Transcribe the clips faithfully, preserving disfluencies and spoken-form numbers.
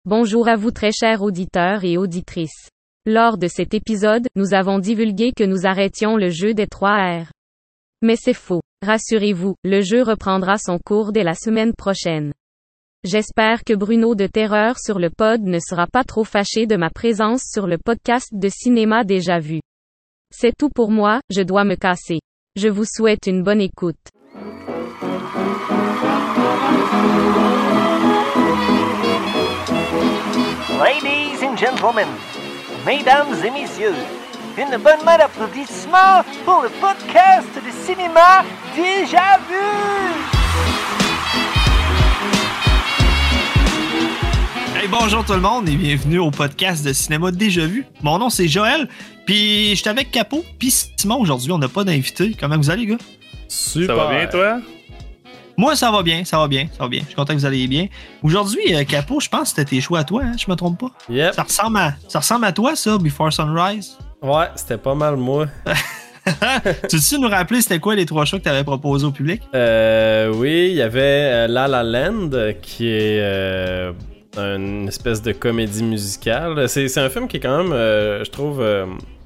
Bonjour à vous très chers auditeurs et auditrices. Lors de cet épisode, nous avons divulgué que nous arrêtions le jeu des trois R. Mais c'est faux. Rassurez-vous, le jeu reprendra son cours dès la semaine prochaine. J'espère que Bruno de Terreur sur le pod ne sera pas trop fâché de ma présence sur le podcast de cinéma déjà vu. C'est tout pour moi, je dois me casser. Je vous souhaite une bonne écoute. Ladies and gentlemen, mesdames et messieurs, une bonne main d'applaudissements pour le podcast de cinéma déjà vu! Hey, bonjour tout le monde et bienvenue au podcast de cinéma déjà vu. Mon nom c'est Joël, puis je suis avec Capo, puis Simon. Aujourd'hui on n'a pas d'invité. Comment vous allez, gars? Super. Ça va bien, toi? Moi ça va bien, ça va bien, ça va bien. Je suis content que vous allez bien. Aujourd'hui, euh, Capo, je pense que c'était tes choix à toi, hein, je me trompe pas. Yep. Ça ressemble à, ça ressemble à toi, ça, Before Sunrise. Ouais, c'était pas mal moi. Tu veux-tu nous rappeler c'était quoi les trois choix que tu avais proposés au public? Euh, oui, il y avait euh, La La Land, qui est euh, une espèce de comédie musicale. C'est, c'est un film qui est quand même, euh, je trouve, euh,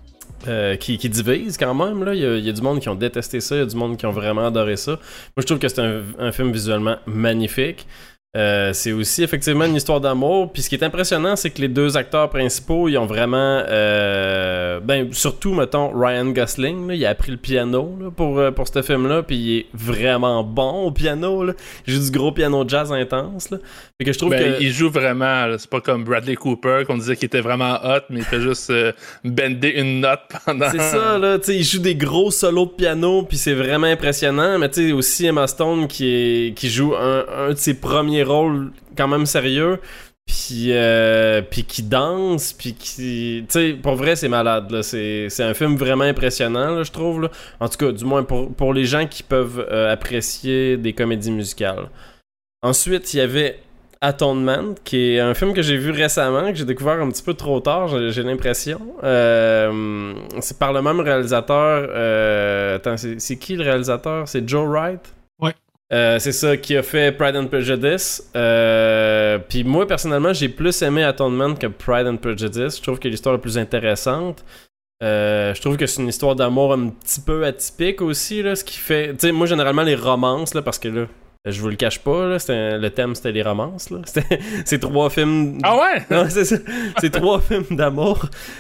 euh, qui, qui divise quand même. Là. Il, y a, il y a du monde qui ont détesté ça, il y a du monde qui ont vraiment adoré ça. Moi, je trouve que c'est un, un film visuellement magnifique. Euh, c'est aussi effectivement une histoire d'amour. Puis ce qui est impressionnant, c'est que les deux acteurs principaux, ils ont vraiment, euh, ben surtout mettons Ryan Gosling, là, il a appris le piano là, pour euh, pour ce film-là, puis il est vraiment bon au piano. Là. Il joue du gros piano jazz intense. Là. Fait que je trouve ben, que il joue vraiment. Là, c'est pas comme Bradley Cooper qu'on disait qu'il était vraiment hot, mais il fait juste euh, bender une note pendant. C'est ça là, tu sais, il joue des gros solos de piano, puis c'est vraiment impressionnant. Mais tu sais aussi Emma Stone qui est qui joue un, un de ses premiers rôle quand même sérieux, puis euh, puis qui danse, puis qui, tu sais, pour vrai c'est malade là. c'est c'est un film vraiment impressionnant là, je trouve là. En tout cas du moins pour pour les gens qui peuvent euh, apprécier des comédies musicales. Ensuite il y avait Atonement, qui est un film que j'ai vu récemment, que j'ai découvert un petit peu trop tard, j'ai, j'ai l'impression. Euh, c'est par le même réalisateur. Euh, attends, c'est, c'est qui le réalisateur? C'est Joe Wright? Ouais. Euh, c'est ça qui a fait Pride and Prejudice. Euh, Puis moi, personnellement, j'ai plus aimé Atonement que Pride and Prejudice. Je trouve que l'histoire est plus intéressante. Euh, je trouve que c'est une histoire d'amour un petit peu atypique aussi, là, ce qui fait... Tu sais, moi, généralement, les romances, là, parce que là, je vous le cache pas, là, c'était, le thème, c'était les romances, là. C'était, c'est trois films... Ah ouais? Non, c'est ça. C'est trois films d'amour.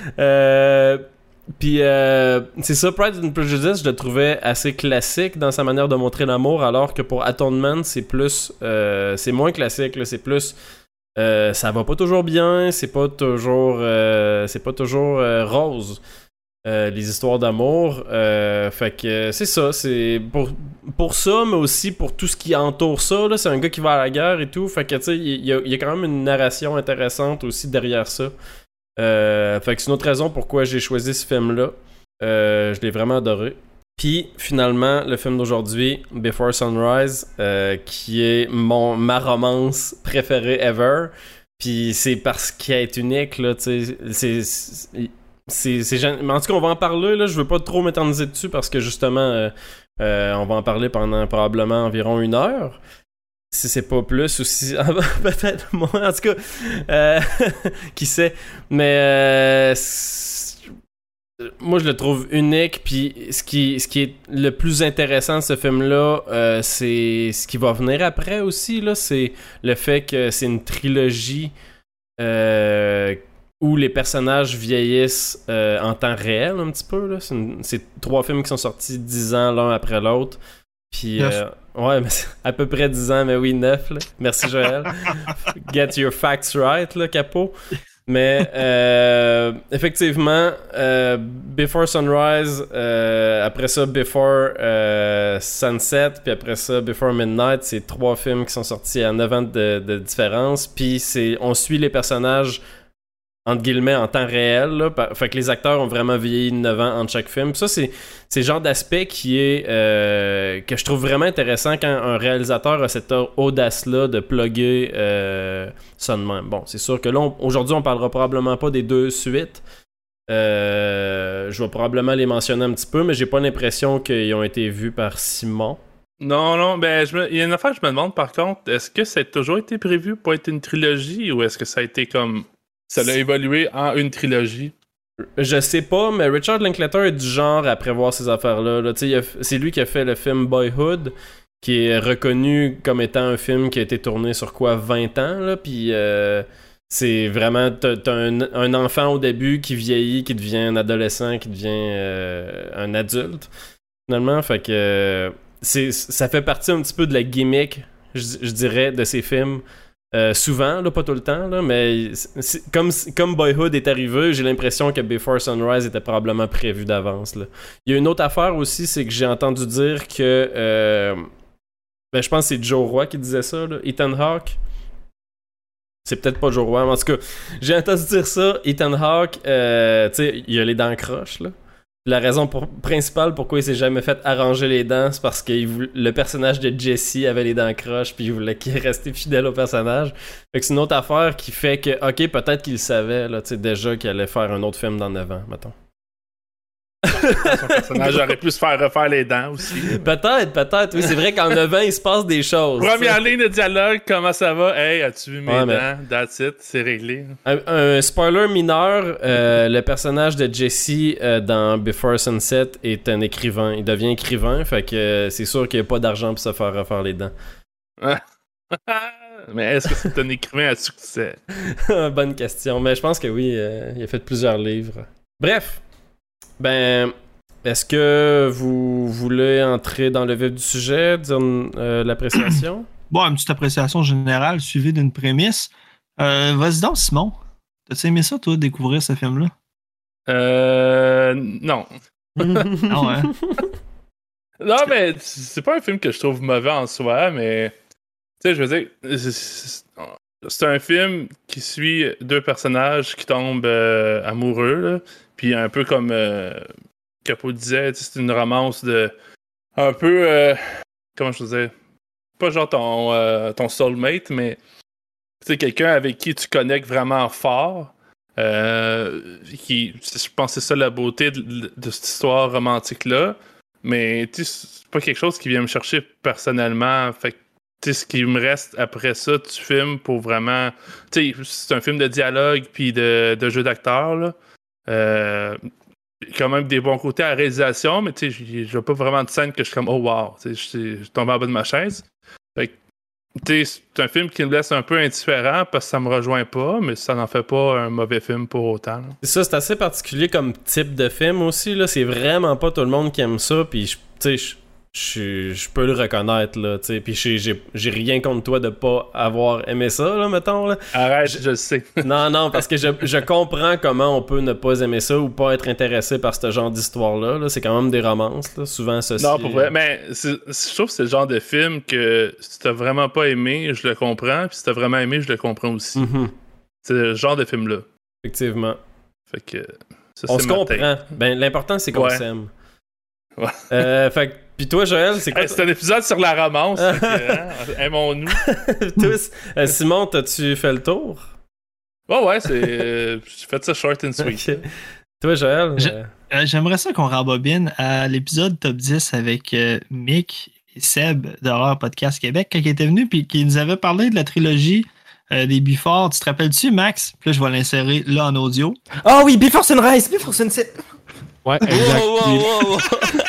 Euh... Puis euh, c'est ça, Pride and Prejudice, je le trouvais assez classique dans sa manière de montrer l'amour, alors que pour Atonement, c'est plus, euh, c'est moins classique, là, c'est plus, euh, ça va pas toujours bien, c'est pas toujours, euh, c'est pas toujours euh, rose, euh, les histoires d'amour. Euh, fait que c'est ça, c'est pour pour ça, mais aussi pour tout ce qui entoure ça. Là, c'est un gars qui va à la guerre et tout, fait que tu sais, il y, y, y a quand même une narration intéressante aussi derrière ça. Euh, fait que c'est une autre raison pourquoi j'ai choisi ce film-là. Euh, je l'ai vraiment adoré. Puis finalement, le film d'aujourd'hui, Before Sunrise, euh, qui est mon ma romance préférée ever. Puis c'est parce qu'elle est unique, là, tu sais. C'est, c'est, c'est, c'est, mais en tout cas, on va en parler, là. Je veux pas trop m'éterniser dessus parce que justement, euh, euh, on va en parler pendant probablement environ une heure. Si c'est pas plus, ou si... peut-être moins, en tout cas. Euh, qui sait. Mais... Euh, moi, je le trouve unique. Puis ce qui, ce qui est le plus intéressant de ce film-là, euh, c'est ce qui va venir après aussi. Là, c'est le fait que c'est une trilogie euh, où les personnages vieillissent euh, en temps réel, un petit peu. Là. C'est, une, c'est trois films qui sont sortis dix ans l'un après l'autre. Puis... Euh, ouais, mais c'est à peu près dix ans, mais oui, neuf. Là. Merci, Joël. Get your facts right, là, Capo. Mais, euh, effectivement, euh, Before Sunrise, euh, après ça, Before euh, Sunset, puis après ça, Before Midnight, c'est trois films qui sont sortis à neuf ans de, de différence. Puis c'est, on suit les personnages entre guillemets en temps réel là, fait que les acteurs ont vraiment vieilli neuf ans entre chaque film. Puis ça c'est c'est le genre d'aspect qui est euh, que je trouve vraiment intéressant quand un réalisateur a cette audace là de plugger euh, ça de même. Bon, c'est sûr que là on, aujourd'hui on parlera probablement pas des deux suites. Euh, je vais probablement les mentionner un petit peu, mais j'ai pas l'impression qu'ils ont été vus par Simon. Non, non, ben, je me... il y a une affaire que je me demande par contre, est-ce que ça a toujours été prévu pour être une trilogie ou est-ce que ça a été comme. Ça l'a évolué en une trilogie? Je sais pas, mais Richard Linklater est du genre à prévoir ces affaires-là. Là. Il a... C'est lui qui a fait le film Boyhood, qui est reconnu comme étant un film qui a été tourné sur quoi, vingt ans, là, puis euh, c'est vraiment, t'as, t'as un, un enfant au début qui vieillit, qui devient un adolescent, qui devient euh, un adulte, finalement, fait que c'est, ça fait partie un petit peu de la gimmick, je, je dirais, de ces films, euh, souvent, là, pas tout le temps, là, mais c'est, comme, comme Boyhood est arrivé, j'ai l'impression que Before Sunrise était probablement prévu d'avance, là. Il y a une autre affaire aussi, c'est que j'ai entendu dire que... Euh, Ben, je pense que c'est Joe Roy qui disait ça, là. Ethan Hawke. C'est peut-être pas Joe Roy, mais en tout cas, j'ai entendu dire ça. Ethan Hawke, euh, tu sais, il a les dents croches, là. La raison pour, principale pourquoi il s'est jamais fait arranger les dents, c'est parce que il voulait, le personnage de Jesse avait les dents croches, puis il voulait qu'il reste fidèle au personnage. Fait que c'est une autre affaire qui fait que, ok, peut-être qu'il savait, là, tu sais, déjà qu'il allait faire un autre film dans neuf ans, mettons. Son personnage aurait pu se faire refaire les dents aussi. Peut-être, peut-être. Oui, c'est vrai qu'en neuf ans, il se passe des choses. Première ligne de dialogue, comment ça va? Hey, as-tu vu mes ouais, dents? mais... That's it, c'est réglé. Un, un spoiler mineur, euh, le personnage de Jesse euh, dans Before Sunset est un écrivain. Il devient écrivain, fait que euh, c'est sûr qu'il n'y a pas d'argent pour se faire refaire les dents. Mais est-ce que c'est un écrivain à succès? Bonne question, mais je pense que oui, euh, il a fait plusieurs livres. Bref. Ben, est-ce que vous voulez entrer dans le vif du sujet, dire euh, l'appréciation? Bon, une petite appréciation générale suivie d'une prémisse. Euh, vas-y donc, Simon. T'as-tu aimé ça, toi, découvrir ce film-là? Euh... Non. Non, hein? Non, mais c'est pas un film que je trouve mauvais en soi, mais... Tu sais, je veux dire... C'est, c'est un film qui suit deux personnages qui tombent euh, amoureux, là. Puis un peu comme euh, Capot disait, c'est une romance de... Un peu... Euh, comment je disais? Pas genre ton, euh, ton soulmate, mais... Tu sais, quelqu'un avec qui tu connectes vraiment fort. Euh, qui, je pense que c'est ça la beauté de, de cette histoire romantique-là. Mais tu sais, c'est pas quelque chose qui vient me chercher personnellement. Fait que tu sais, ce qui me reste après ça, tu filmes pour vraiment... Tu sais, c'est un film de dialogue puis de, de jeu d'acteur, là. Euh, quand même des bons côtés à la réalisation, mais tu sais, je vois pas vraiment de scène que je suis comme oh wow, je suis tombé en bas de ma chaise. Fait que, tu sais, c'est un film qui me laisse un peu indifférent parce que ça me rejoint pas, mais ça n'en fait pas un mauvais film pour autant. Là. C'est ça, c'est assez particulier comme type de film aussi, là. C'est vraiment pas tout le monde qui aime ça, puis tu sais, je je peux le reconnaître, là, tu sais, puis j'ai, j'ai, j'ai rien contre toi de pas avoir aimé ça, là, mettons, là. Arrête, je, je le sais. non, non, parce que je, je comprends comment on peut ne pas aimer ça ou pas être intéressé par ce genre d'histoire-là, là. C'est quand même des romances, là, souvent associées. Non, pour vrai, mais c'est, je trouve que c'est le genre de film que si t'as vraiment pas aimé, je le comprends, puis si t'as vraiment aimé, je le comprends aussi. Mm-hmm. C'est le genre de film-là. Effectivement. Fait que... Ça, on c'est se ma comprend. tête. Ben, l'important, c'est qu'on ouais. s'aime. Ouais. Euh, fait que Puis toi, Joël, c'est quoi? Hey, c'est un épisode sur la romance. que, hein, aimons-nous. Tous. Euh, Simon, t'as-tu fait le tour? Ouais, ouais, c'est. Euh, j'ai fait ça short and sweet. Okay. Toi, Joël? Je, euh... euh, j'aimerais ça qu'on rembobine à l'épisode top dix avec euh, Mick et Seb d'Horreur Podcast Québec quand il était venu puis qu'il nous avait parlé de la trilogie euh, des Before. Tu te rappelles-tu, Max? Puis là, je vais l'insérer là en audio. Ah oh, oui, Before Sunrise, Before Sunset. Ouais, exact. Wow, wow, wow, wow.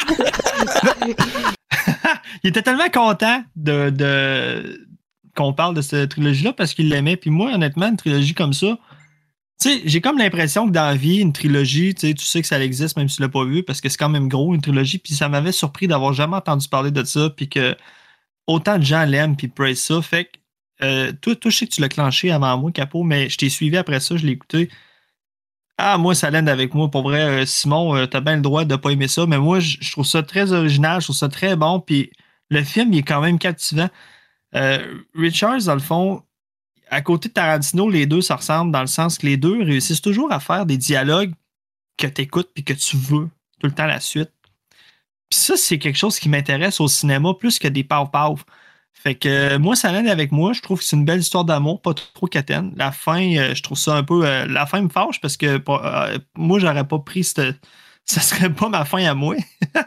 Il était tellement content de, de qu'on parle de cette trilogie-là parce qu'il l'aimait. Puis moi, honnêtement, une trilogie comme ça, tu sais, j'ai comme l'impression que dans la vie, une trilogie, tu sais, tu sais que ça existe même si tu l'as pas vu parce que c'est quand même gros, une trilogie. Puis ça m'avait surpris d'avoir jamais entendu parler de ça. Puis que autant de gens l'aiment puis praise ça. Fait que euh, toi, toi, je sais que tu l'as clenché avant moi, Capot, mais je t'ai suivi après ça, je l'ai écouté. Ah, moi, ça l'aide avec moi. Pour vrai, euh, Simon, euh, t'as bien le droit de pas aimer ça, mais moi, je trouve ça très original, je trouve ça très bon, puis le film, il est quand même captivant. Euh, Richards, dans le fond, à côté de Tarantino, les deux se ressemblent dans le sens que les deux réussissent toujours à faire des dialogues que t'écoutes puis que tu veux tout le temps la suite. Puis ça, c'est quelque chose qui m'intéresse au cinéma plus que des pav-pav. Fait que euh, moi, ça l'aide avec moi. Je trouve que c'est une belle histoire d'amour, pas trop quétaine. La fin, euh, je trouve ça un peu... Euh, la fin me fâche parce que euh, moi, j'aurais pas pris cette, ça serait pas ma fin à moi.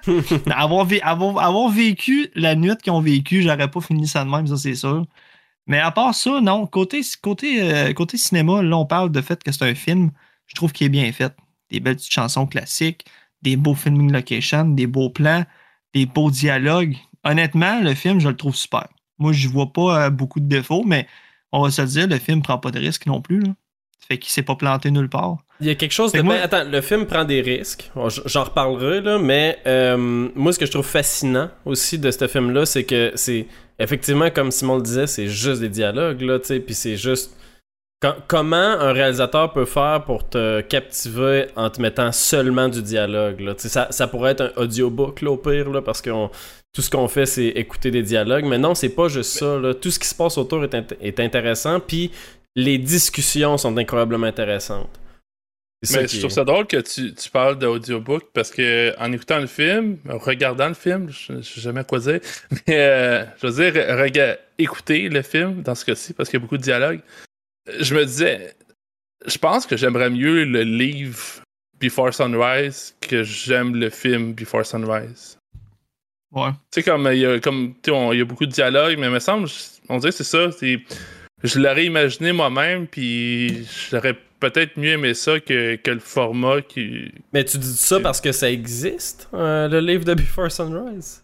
avoir, vé- avoir, avoir vécu la nuit qu'ils ont vécu, j'aurais pas fini ça de même, ça c'est sûr. Mais à part ça, non. Côté, côté, euh, côté cinéma, là, on parle de fait que c'est un film, je trouve qu'il est bien fait. Des belles petites chansons classiques, des beaux filming locations, des beaux plans, des beaux dialogues. Honnêtement, le film, je le trouve super. Moi, je vois pas euh, beaucoup de défauts, mais on va se le dire, le film prend pas de risques non plus. Là. Fait qu'il s'est pas planté nulle part. Il y a quelque chose Fait de... que moi- ben, attends, le film prend des risques. Bon, j- J'en reparlerai, là, mais euh, moi, ce que je trouve fascinant aussi de ce film-là, c'est que c'est... Effectivement, comme Simon le disait, c'est juste des dialogues, là, tu sais, puis c'est juste... Com- comment un réalisateur peut faire pour te captiver en te mettant seulement du dialogue, là? Tu sais, ça, ça pourrait être un audiobook, là, au pire, là, parce que tout ce qu'on fait, c'est écouter des dialogues, mais non, c'est pas juste ça, là. Tout ce qui se passe autour est, int- est intéressant, puis les discussions sont incroyablement intéressantes. C'est ça Mais qui je trouve est- ça drôle que tu, tu parles d'audiobook parce que en écoutant le film, en regardant le film, je, je sais jamais quoi dire, mais euh, je veux dire, rega- écouter le film dans ce cas-ci parce qu'il y a beaucoup de dialogue. Je me disais, je pense que j'aimerais mieux le livre Before Sunrise que j'aime le film Before Sunrise. Ouais. Tu sais, comme il y a, comme, tu sais, on- il y a beaucoup de dialogue, mais il me semble, on dirait que c'est ça. C'est, je l'aurais imaginé moi-même, puis j'aurais peut-être mieux aimé ça que, que le format qui. Mais tu dis ça parce que ça existe, euh, le livre de Before Sunrise?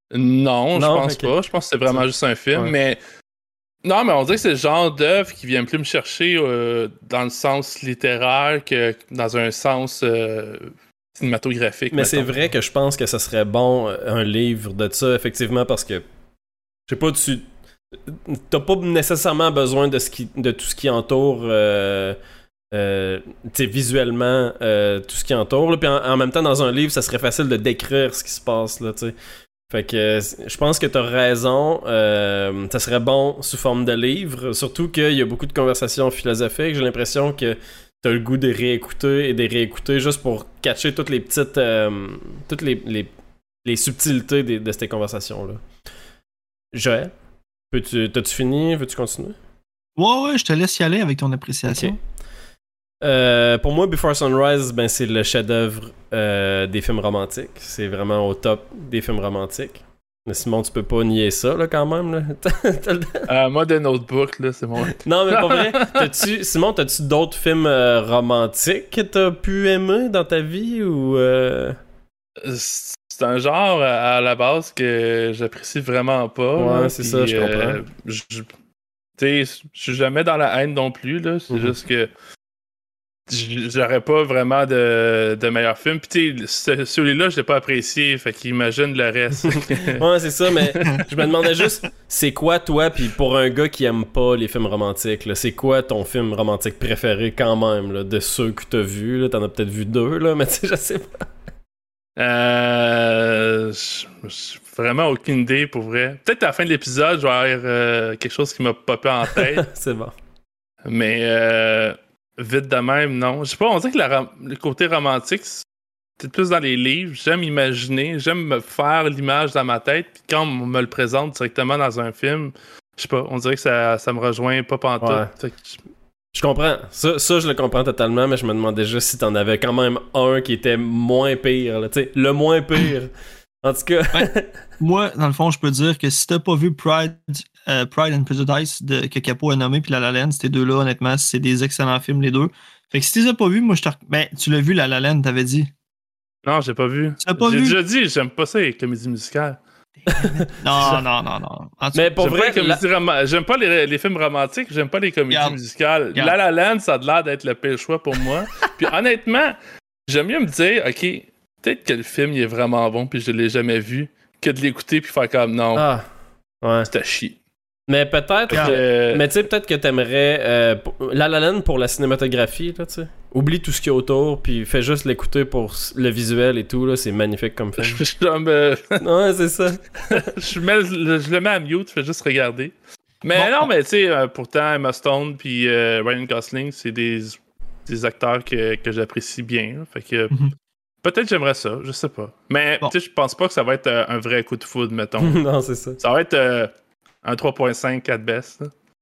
Non, je Non, pense ok. pas. Je pense que c'est vraiment Ça- juste un film, ouais. mais. Non, mais on dirait que c'est le genre d'œuvre qui vient plus me chercher euh, dans le sens littéraire que dans un sens euh, cinématographique. Mais c'est mettons. vrai que je pense que ça serait bon, euh, un livre de ça, effectivement, parce que, je sais pas, tu t'as pas nécessairement besoin de, ce qui, de tout ce qui entoure, euh, euh, tu sais, visuellement, euh, tout ce qui entoure. Là. Puis en, en même temps, dans un livre, ça serait facile de décrire ce qui se passe, là, tu sais. Fait que euh, je pense que t'as raison, euh, ça serait bon sous forme de livre, surtout qu'il y a beaucoup de conversations philosophiques. J'ai l'impression que t'as le goût de réécouter et de réécouter juste pour catcher toutes les petites, euh, toutes les, les, les subtilités de, de ces conversations-là. Joël, peux-tu, t'as-tu fini? Veux-tu continuer? Ouais, ouais, je te laisse y aller avec ton appréciation. Ok. Euh, pour moi, Before Sunrise, ben, c'est le chef-d'œuvre euh, des films romantiques. C'est vraiment au top des films romantiques. Mais Simon, tu peux pas nier ça, là, quand même. Là. T'as le- Euh, moi, de Notebook, là, c'est mon. non, mais pas vrai. T'as-tu, Simon, t'as-tu d'autres films euh, romantiques que t'as pu aimer dans ta vie ou euh... C'est un genre à, à la base que j'apprécie vraiment pas. Ouais, là, c'est puis, ça, je comprends. euh, je- je- Tu sais, je suis jamais dans la haine non plus, là. C'est Mhm. juste que j- j'aurais pas vraiment de, de meilleurs films. Puis tu sais, ce- celui-là, je l'ai pas apprécié, fait qu'imagine le reste. Ouais, c'est ça, mais je me demandais juste, c'est quoi, toi, puis pour un gars qui aime pas les films romantiques, là, c'est quoi ton film romantique préféré quand même, là, de ceux que t'as vus, là, t'en as peut-être vu deux, là, mais tu sais, je sais pas. Euh, j- j- vraiment aucune idée pour vrai. Peut-être à la fin de l'épisode, je vais avoir euh, quelque chose qui m'a popé en tête. C'est bon. Mais euh, vite de même, non. Je sais pas, on dirait que la rom- le côté romantique, c'est plus dans les livres. J'aime imaginer, j'aime me faire l'image dans ma tête. Puis quand on me le présente directement dans un film, je sais pas, on dirait que ça, ça me rejoint pas pantoute. Ouais. Fait que je- Je comprends. Ça, ça, je le comprends totalement, mais je me demandais juste si t'en avais quand même un qui était moins pire, là, tu sais, le moins pire. En tout cas, Moi, dans le fond, je peux dire que si t'as pas vu Pride, euh, Pride and Prejudice de, que Capo a nommé, puis La La Land, ces deux-là, honnêtement, c'est des excellents films, les deux. Fait que si tu les as pas vus, moi, je te. rec- Ben, tu l'as vu, La La Land, t'avais dit. Non, j'ai pas vu. Tu l'as pas J'ai vu? déjà dit, j'aime pas ça les comédies musicales. Non, non, non, non. En tout mais cas, pour J'aime pas, vrai, les comédies rom- j'aime pas les, les films romantiques, j'aime pas les comédies Regarde. musicales. Regarde. La La Land, ça a l'air d'être le pire choix pour moi. Puis honnêtement, j'aime mieux me dire, ok, peut-être que le film il est vraiment bon puis je l'ai jamais vu, que de l'écouter puis faire comme non, ah, ouais. c'est à chier. Mais peut-être, Regarde. que- Euh, mais tu sais, peut-être que t'aimerais euh, pour- La La Land pour la cinématographie, là, tu sais. Oublie tout ce qu'il y a autour, puis fais juste l'écouter pour le visuel et tout, là, c'est magnifique comme film. je, je me- Ouais, c'est ça. je mets le- je le mets à mute, je fais juste regarder. Mais Bon. non, mais tu sais, euh, pourtant Emma Stone puis euh, Ryan Gosling, c'est des, des acteurs que, que j'apprécie bien. là. Fait que Mhm. peut-être j'aimerais ça, je sais pas. Mais Bon. tu sais, je pense pas que ça va être euh, un vrai coup de foudre, mettons. non, c'est ça. Ça va être euh, un trois point cinq at best. là.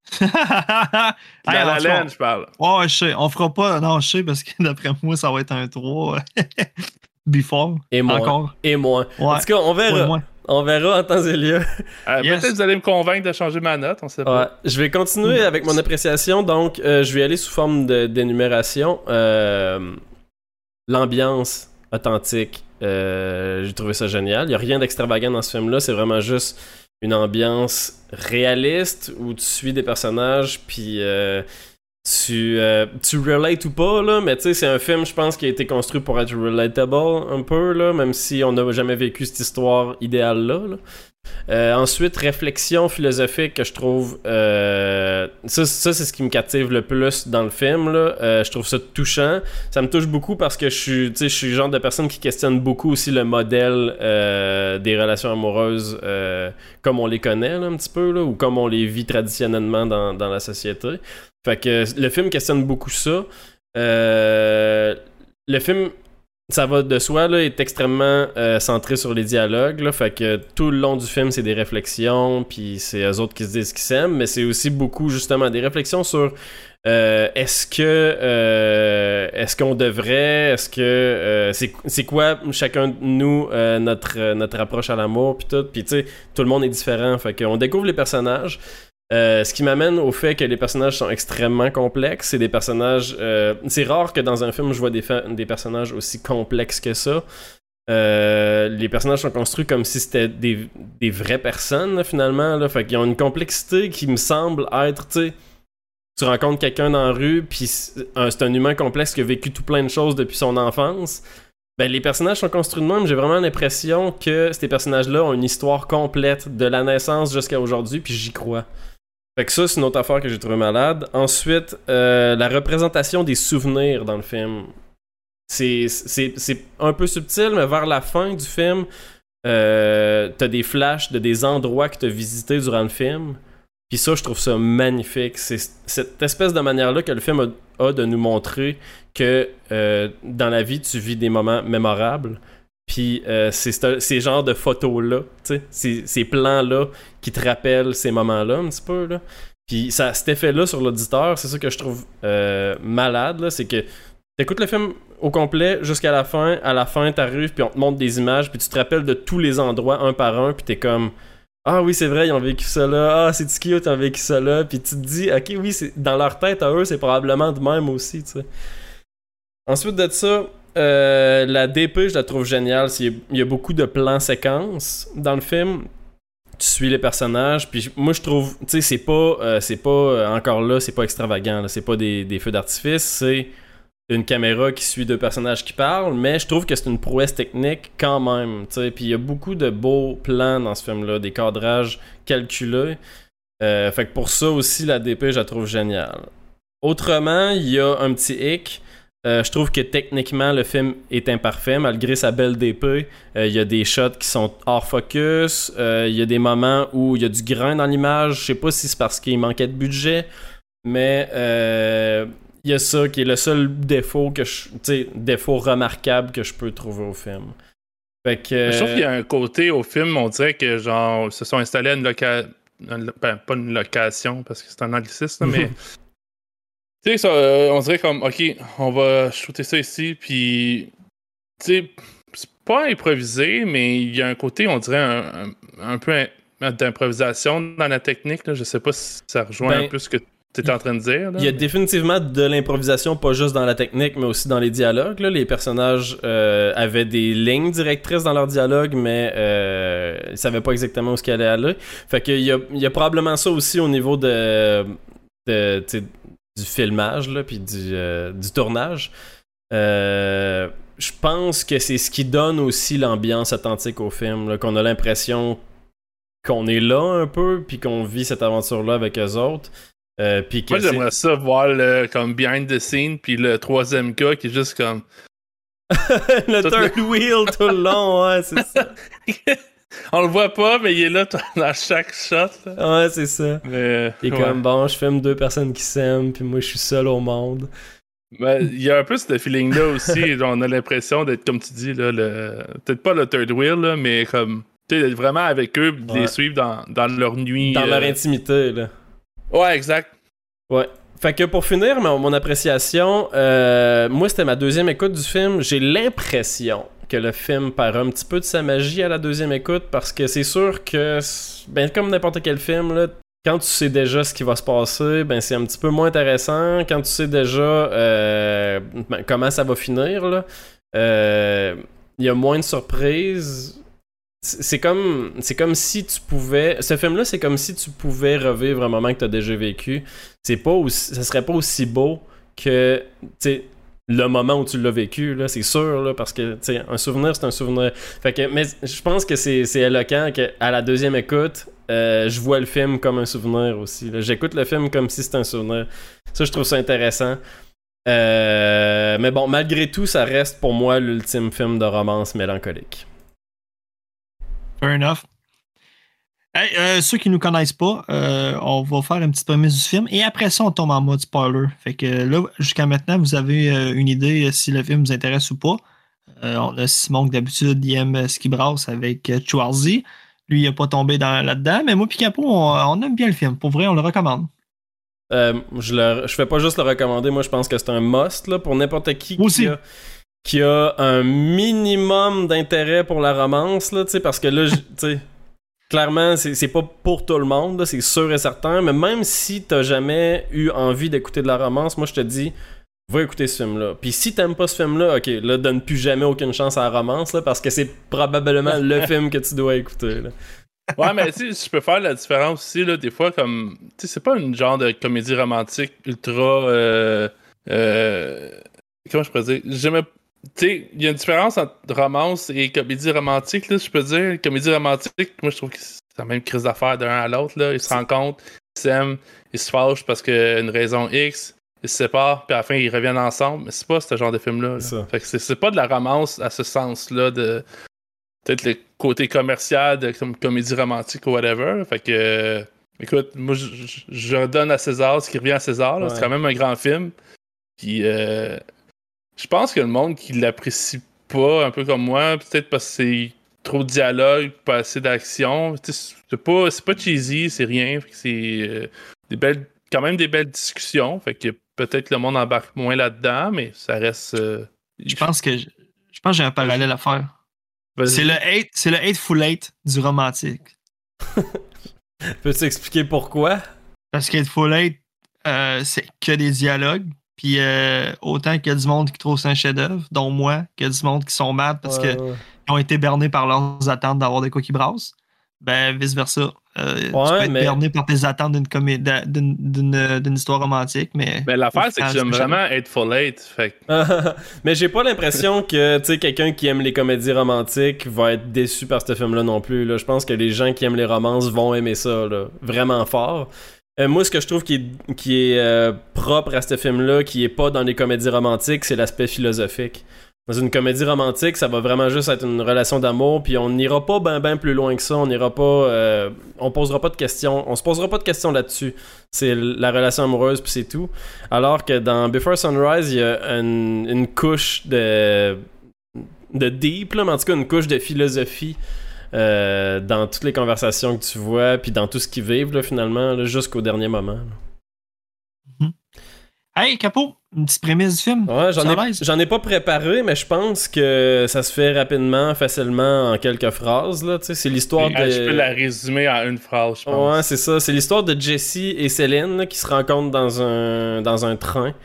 Dans Hey, la en tout cas, laine, je parle. Ouais, ouais, je sais. On fera pas. Non, je sais, parce que d'après moi, ça va être un trois. Before. Et moins. Encore. Et moins. Ouais. En tout cas, on verra. Ouais, moins. On verra en temps et lieu. Euh, Yes. Peut-être que vous allez me convaincre de changer ma note, on sait pas. Ouais. Je vais continuer avec mon appréciation. Donc, euh, je vais aller sous forme de, d'énumération. Euh, l'ambiance authentique. Euh, j'ai trouvé ça génial. Il n'y a rien d'extravagant dans ce film-là. C'est vraiment juste une ambiance réaliste où tu suis des personnages, puis euh, tu, euh, tu relates ou pas, là, mais tu sais, c'est un film, je pense, qui a été construit pour être relatable un peu, là, même si on n'a jamais vécu cette histoire idéale-là. Là. Euh, ensuite, réflexion philosophique que je trouve... Euh, ça, ça, c'est ce qui me captive le plus dans le film. Là. Euh, je trouve ça touchant. Ça me touche beaucoup parce que je suis, tu sais, je suis le genre de personne qui questionne beaucoup aussi le modèle euh, des relations amoureuses euh, comme on les connaît là, un petit peu, là, ou comme on les vit traditionnellement dans, dans la société. Fait que le film questionne beaucoup ça. Euh, le film... Ça va de soi, là, est extrêmement euh, centré sur les dialogues, là, fait que tout le long du film, c'est des réflexions, puis c'est eux autres qui se disent qu'ils s'aiment, mais c'est aussi beaucoup, justement, des réflexions sur euh, est-ce que euh, est-ce qu'on devrait, est-ce que euh, c'est, c'est quoi chacun de nous, euh, notre, notre approche à l'amour, puis tout, puis tu sais, tout le monde est différent, fait qu'on découvre les personnages. Euh, ce qui m'amène au fait que les personnages sont extrêmement complexes. C'est des personnages... Euh, c'est rare que dans un film, je vois des, fa- des personnages aussi complexes que ça. Euh, les personnages sont construits comme si c'était des, des vraies personnes, là, finalement. Là. Fait qu'ils ont une complexité qui me semble être... Tu sais, tu rencontres quelqu'un dans la rue, puis c'est un, c'est un humain complexe qui a vécu tout plein de choses depuis son enfance. Ben, les personnages sont construits de même. J'ai vraiment l'impression que ces personnages-là ont une histoire complète de la naissance jusqu'à aujourd'hui, puis j'y crois. Fait que ça, c'est une autre affaire que j'ai trouvé malade. Ensuite, euh, la représentation des souvenirs dans le film. C'est, c'est, c'est un peu subtil, mais vers la fin du film, euh, t'as des flashs de des endroits que t'as visités durant le film. Puis ça, je trouve ça magnifique. C'est cette espèce de manière-là que le film a, a de nous montrer que euh, dans la vie, tu vis des moments mémorables. Puis euh, c'est ce, ces genres de photos-là, tu sais, ces, ces plans-là qui te rappellent ces moments-là un petit peu, là. Puis ça, cet effet-là sur l'auditeur, c'est ça que je trouve euh, malade, là, c'est que t'écoutes le film au complet jusqu'à la fin, à la fin t'arrives puis on te montre des images puis tu te rappelles de tous les endroits un par un puis t'es comme ah oui c'est vrai ils ont vécu ça là, ah c'est cute ils ont vécu ça là, puis tu te dis ok oui c'est dans leur tête à eux c'est probablement de même aussi, tu sais. Ensuite de ça Euh, la D P, je la trouve géniale. Il y a beaucoup de plans séquences dans le film. Tu suis les personnages. Puis moi, je trouve, tu sais, c'est pas, euh, c'est pas euh, encore là, c'est pas extravagant. Là, c'est pas des, des feux d'artifice. C'est une caméra qui suit deux personnages qui parlent. Mais je trouve que c'est une prouesse technique quand même. Tu sais, puis il y a beaucoup de beaux plans dans ce film-là, des cadrages calculés. Euh, fait que pour ça aussi, la D P, je la trouve géniale. Autrement, il y a un petit hic. Euh, je trouve que techniquement le film est imparfait malgré sa belle D P. Il euh, y a des shots qui sont hors focus. Il euh, y a des moments où il y a du grain dans l'image. Je sais pas si c'est parce qu'il manquait de budget, mais il euh, y a ça qui est le seul défaut que je, tu sais, défaut remarquable que je peux trouver au film. Fait que, euh... Je trouve qu'il y a un côté au film, on dirait que genre se sont installés à une location, ben, pas une location parce que c'est un anglicisme, mais tu sais, ça, euh, on dirait comme, ok, on va shooter ça ici, puis, tu sais, c'est pas improvisé, mais il y a un côté, on dirait, un, un, un peu un, d'improvisation dans la technique, là. Je sais pas si ça rejoint ben, un peu ce que tu étais en train de dire. Là, il y a mais... définitivement de l'improvisation, pas juste dans la technique, mais aussi dans les dialogues. Là. Les personnages euh, avaient des lignes directrices dans leurs dialogues, mais euh, ils savaient pas exactement où ce qu'elle allait aller. Fait qu'il y a, il y a probablement ça aussi au niveau de... de du filmage là puis du, euh, du tournage. Euh, je pense que c'est ce qui donne aussi l'ambiance authentique au film, là, qu'on a l'impression qu'on est là un peu puis qu'on vit cette aventure là avec eux autres. Euh, puis que moi j'aimerais ça voir le, comme behind the scene puis le troisième gars qui est juste comme le third wheel tout le long, ouais, c'est ça. On le voit pas, mais il est là dans chaque shot. Là. Ouais, c'est ça. Mais, il est ouais. comme, bon, je filme deux personnes qui s'aiment, puis moi, je suis seul au monde. Ben, il y a un peu ce feeling-là aussi. On a l'impression d'être, comme tu dis, là, le... peut-être pas le third wheel, là, mais comme, tu sais, d'être vraiment avec eux, de ouais. les suivre dans, dans leur nuit. Dans euh... leur intimité, là. Ouais, exact. Ouais. Fait que pour finir mon, mon appréciation, euh, moi c'était ma deuxième écoute du film. J'ai l'impression que le film perd un petit peu de sa magie à la deuxième écoute parce que c'est sûr que, ben comme n'importe quel film, là, quand tu sais déjà ce qui va se passer, ben c'est un petit peu moins intéressant. Quand tu sais déjà euh, ben, comment ça va finir, là, euh, il y a moins de surprises. C'est comme, c'est comme si tu pouvais... Ce film-là, c'est comme si tu pouvais revivre un moment que tu as déjà vécu. C'est pas aussi, ça serait pas aussi beau que, tu sais, le moment où tu l'as vécu, là, c'est sûr, là, parce que, tu sais, un souvenir, c'est un souvenir. Fait que, mais je pense que c'est, c'est éloquent qu'à la deuxième écoute, euh, je vois le film comme un souvenir aussi. Là. J'écoute le film comme si c'était un souvenir. Ça, je trouve ça intéressant. Euh, mais bon, malgré tout, ça reste pour moi l'ultime film de romance mélancolique. Fair enough. Hey, euh, ceux qui ne nous connaissent pas, euh, on va faire une petite prémisse du film et après ça, on tombe en mode spoiler. Fait que là, jusqu'à maintenant, vous avez euh, une idée si le film vous intéresse ou pas. Euh, on a Simon, que d'habitude, il aime ce qui brasse avec euh, Schwarzy. Lui, il n'a pas tombé dans, là-dedans. Mais moi, Picapo, on, on aime bien le film. Pour vrai, on le recommande. Euh, je, le, je fais pas juste le recommander. Moi, je pense que c'est un must là, pour n'importe qui Aussi. qui a, qui a un minimum d'intérêt pour la romance. Là, parce que là, tu sais. Clairement, c'est, c'est pas pour tout le monde, là, c'est sûr et certain, mais même si t'as jamais eu envie d'écouter de la romance, moi je te dis, va écouter ce film-là. Puis si t'aimes pas ce film-là, ok, là, donne plus jamais aucune chance à la romance, là, parce que c'est probablement le film que tu dois écouter. Là. Ouais, mais tu sais, je peux faire la différence aussi, là, des fois, comme, tu sais, c'est pas une genre de comédie romantique ultra, euh, euh, comment je pourrais dire, j'aimais tu sais, il y a une différence entre romance et comédie romantique, là, je peux dire. Comédie romantique, moi, je trouve que c'est la même crise d'affaires d'un à l'autre, là. Ils se rencontrent, ils s'aiment, ils se fâchent parce qu'une raison X, ils se séparent, puis à la fin, ils reviennent ensemble. Mais c'est pas ce genre de film-là. Là. C'est Fait que c'est, c'est pas de la romance à ce sens-là, de peut-être le côté commercial de comme comédie romantique ou whatever. Fait que, euh, écoute, moi, je, je, je donne à César ce qui revient à César. Là. Ouais. C'est quand même un grand film. Puis, euh, je pense que le monde qui l'apprécie pas, un peu comme moi, peut-être parce que c'est trop de dialogue, pas assez d'action. C'est pas, c'est pas cheesy, c'est rien. Fait que c'est euh, des belles, quand même des belles discussions. Fait que peut-être le monde embarque moins là-dedans, mais ça reste. Euh, je pense que je, je pense que j'ai un parallèle à faire. Vas-y. C'est le hate, c'est le hateful hate du romantique. Peux-tu expliquer pourquoi? Parce que hateful hate, euh, c'est que des dialogues. Puis euh, autant qu'il y a du monde qui trouve ça un chef-d'œuvre, dont moi, qu'il y a du monde qui sont mad parce ouais, qu'ils ouais. ont été bernés par leurs attentes d'avoir des quoi qui brassent, ben vice-versa. Euh, ouais, tu peux être mais... berné par tes attentes d'une, comé- d'une, d'une, d'une histoire romantique, mais... Ben, l'affaire, c'est que j'aime vraiment Hateful Eight. Fait... mais j'ai pas l'impression que tu sais, quelqu'un qui aime les comédies romantiques va être déçu par ce film-là non plus. Là. Je pense que les gens qui aiment les romances vont aimer ça là, vraiment fort. Euh, moi, ce que je trouve qui est, qui est euh, propre à ce film-là, qui est pas dans les comédies romantiques, c'est l'aspect philosophique. Dans une comédie romantique, ça va vraiment juste être une relation d'amour, puis on n'ira pas ben ben plus loin que ça, on n'ira pas... Euh, on posera pas de questions, on se posera pas de questions là-dessus. C'est la relation amoureuse, puis c'est tout. Alors que dans Before Sunrise, il y a une, une couche de... de deep, là, mais en tout cas une couche de philosophie Euh, dans toutes les conversations que tu vois, puis dans tout ce qu'ils vivent, là, finalement, là, jusqu'au dernier moment. Mm-hmm. Hey, Capo, une petite prémisse du film. Ouais, j'en ai, j'en ai pas préparé, mais je pense que ça se fait rapidement, facilement, en quelques phrases. Là, c'est l'histoire et, de... Je peux la résumer en une phrase, je pense. Ouais, c'est ça. C'est l'histoire de Jessie et Céline là, qui se rencontrent dans un, dans un train.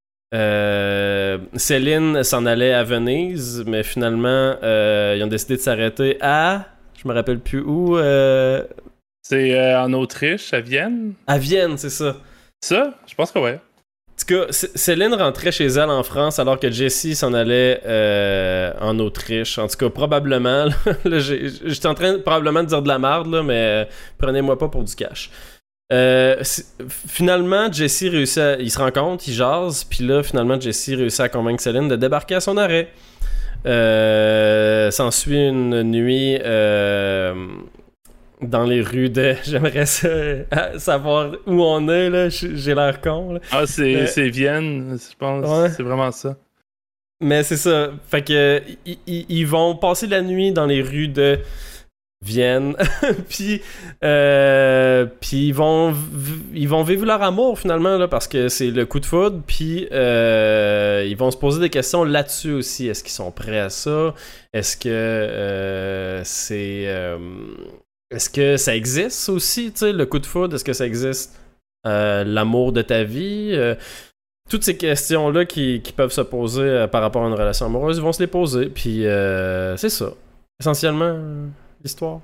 Euh, Céline s'en allait à Venise, mais finalement, euh, ils ont décidé de s'arrêter à... Je me rappelle plus où. Euh... C'est euh, en Autriche, à Vienne. À Vienne, c'est ça. Ça? Je pense que ouais. En tout cas, C- Céline rentrait chez elle en France alors que Jessie s'en allait euh, en Autriche. En tout cas, probablement. Là, j'ai, j'étais en train probablement de dire de la merde, là, mais prenez-moi pas pour du cash. Euh, finalement, Jessie réussit à... Ils se rencontrent, ils jasent, puis là, finalement, Jessie réussit à convaincre Céline de débarquer à son arrêt. Euh, s'ensuit une nuit euh, dans les rues de... J'aimerais ça, savoir où on est, là. J'ai l'air con, là. Ah, c'est, Mais... c'est Vienne, je pense. Ouais. C'est vraiment ça. Mais c'est ça. Fait que ils, ils vont passer la nuit dans les rues de viennent, puis euh, puis ils vont v- ils vont vivre leur amour finalement là, parce que c'est le coup de foudre, puis euh, ils vont se poser des questions là-dessus aussi. Est-ce qu'ils sont prêts à ça? Est-ce que euh, c'est euh, est-ce que ça existe aussi, tu sais, le coup de foudre? Est-ce que ça existe euh, l'amour de ta vie? Euh, toutes ces questions-là qui, qui peuvent se poser euh, par rapport à une relation amoureuse, ils vont se les poser, puis euh, c'est ça. Essentiellement, euh, l'histoire.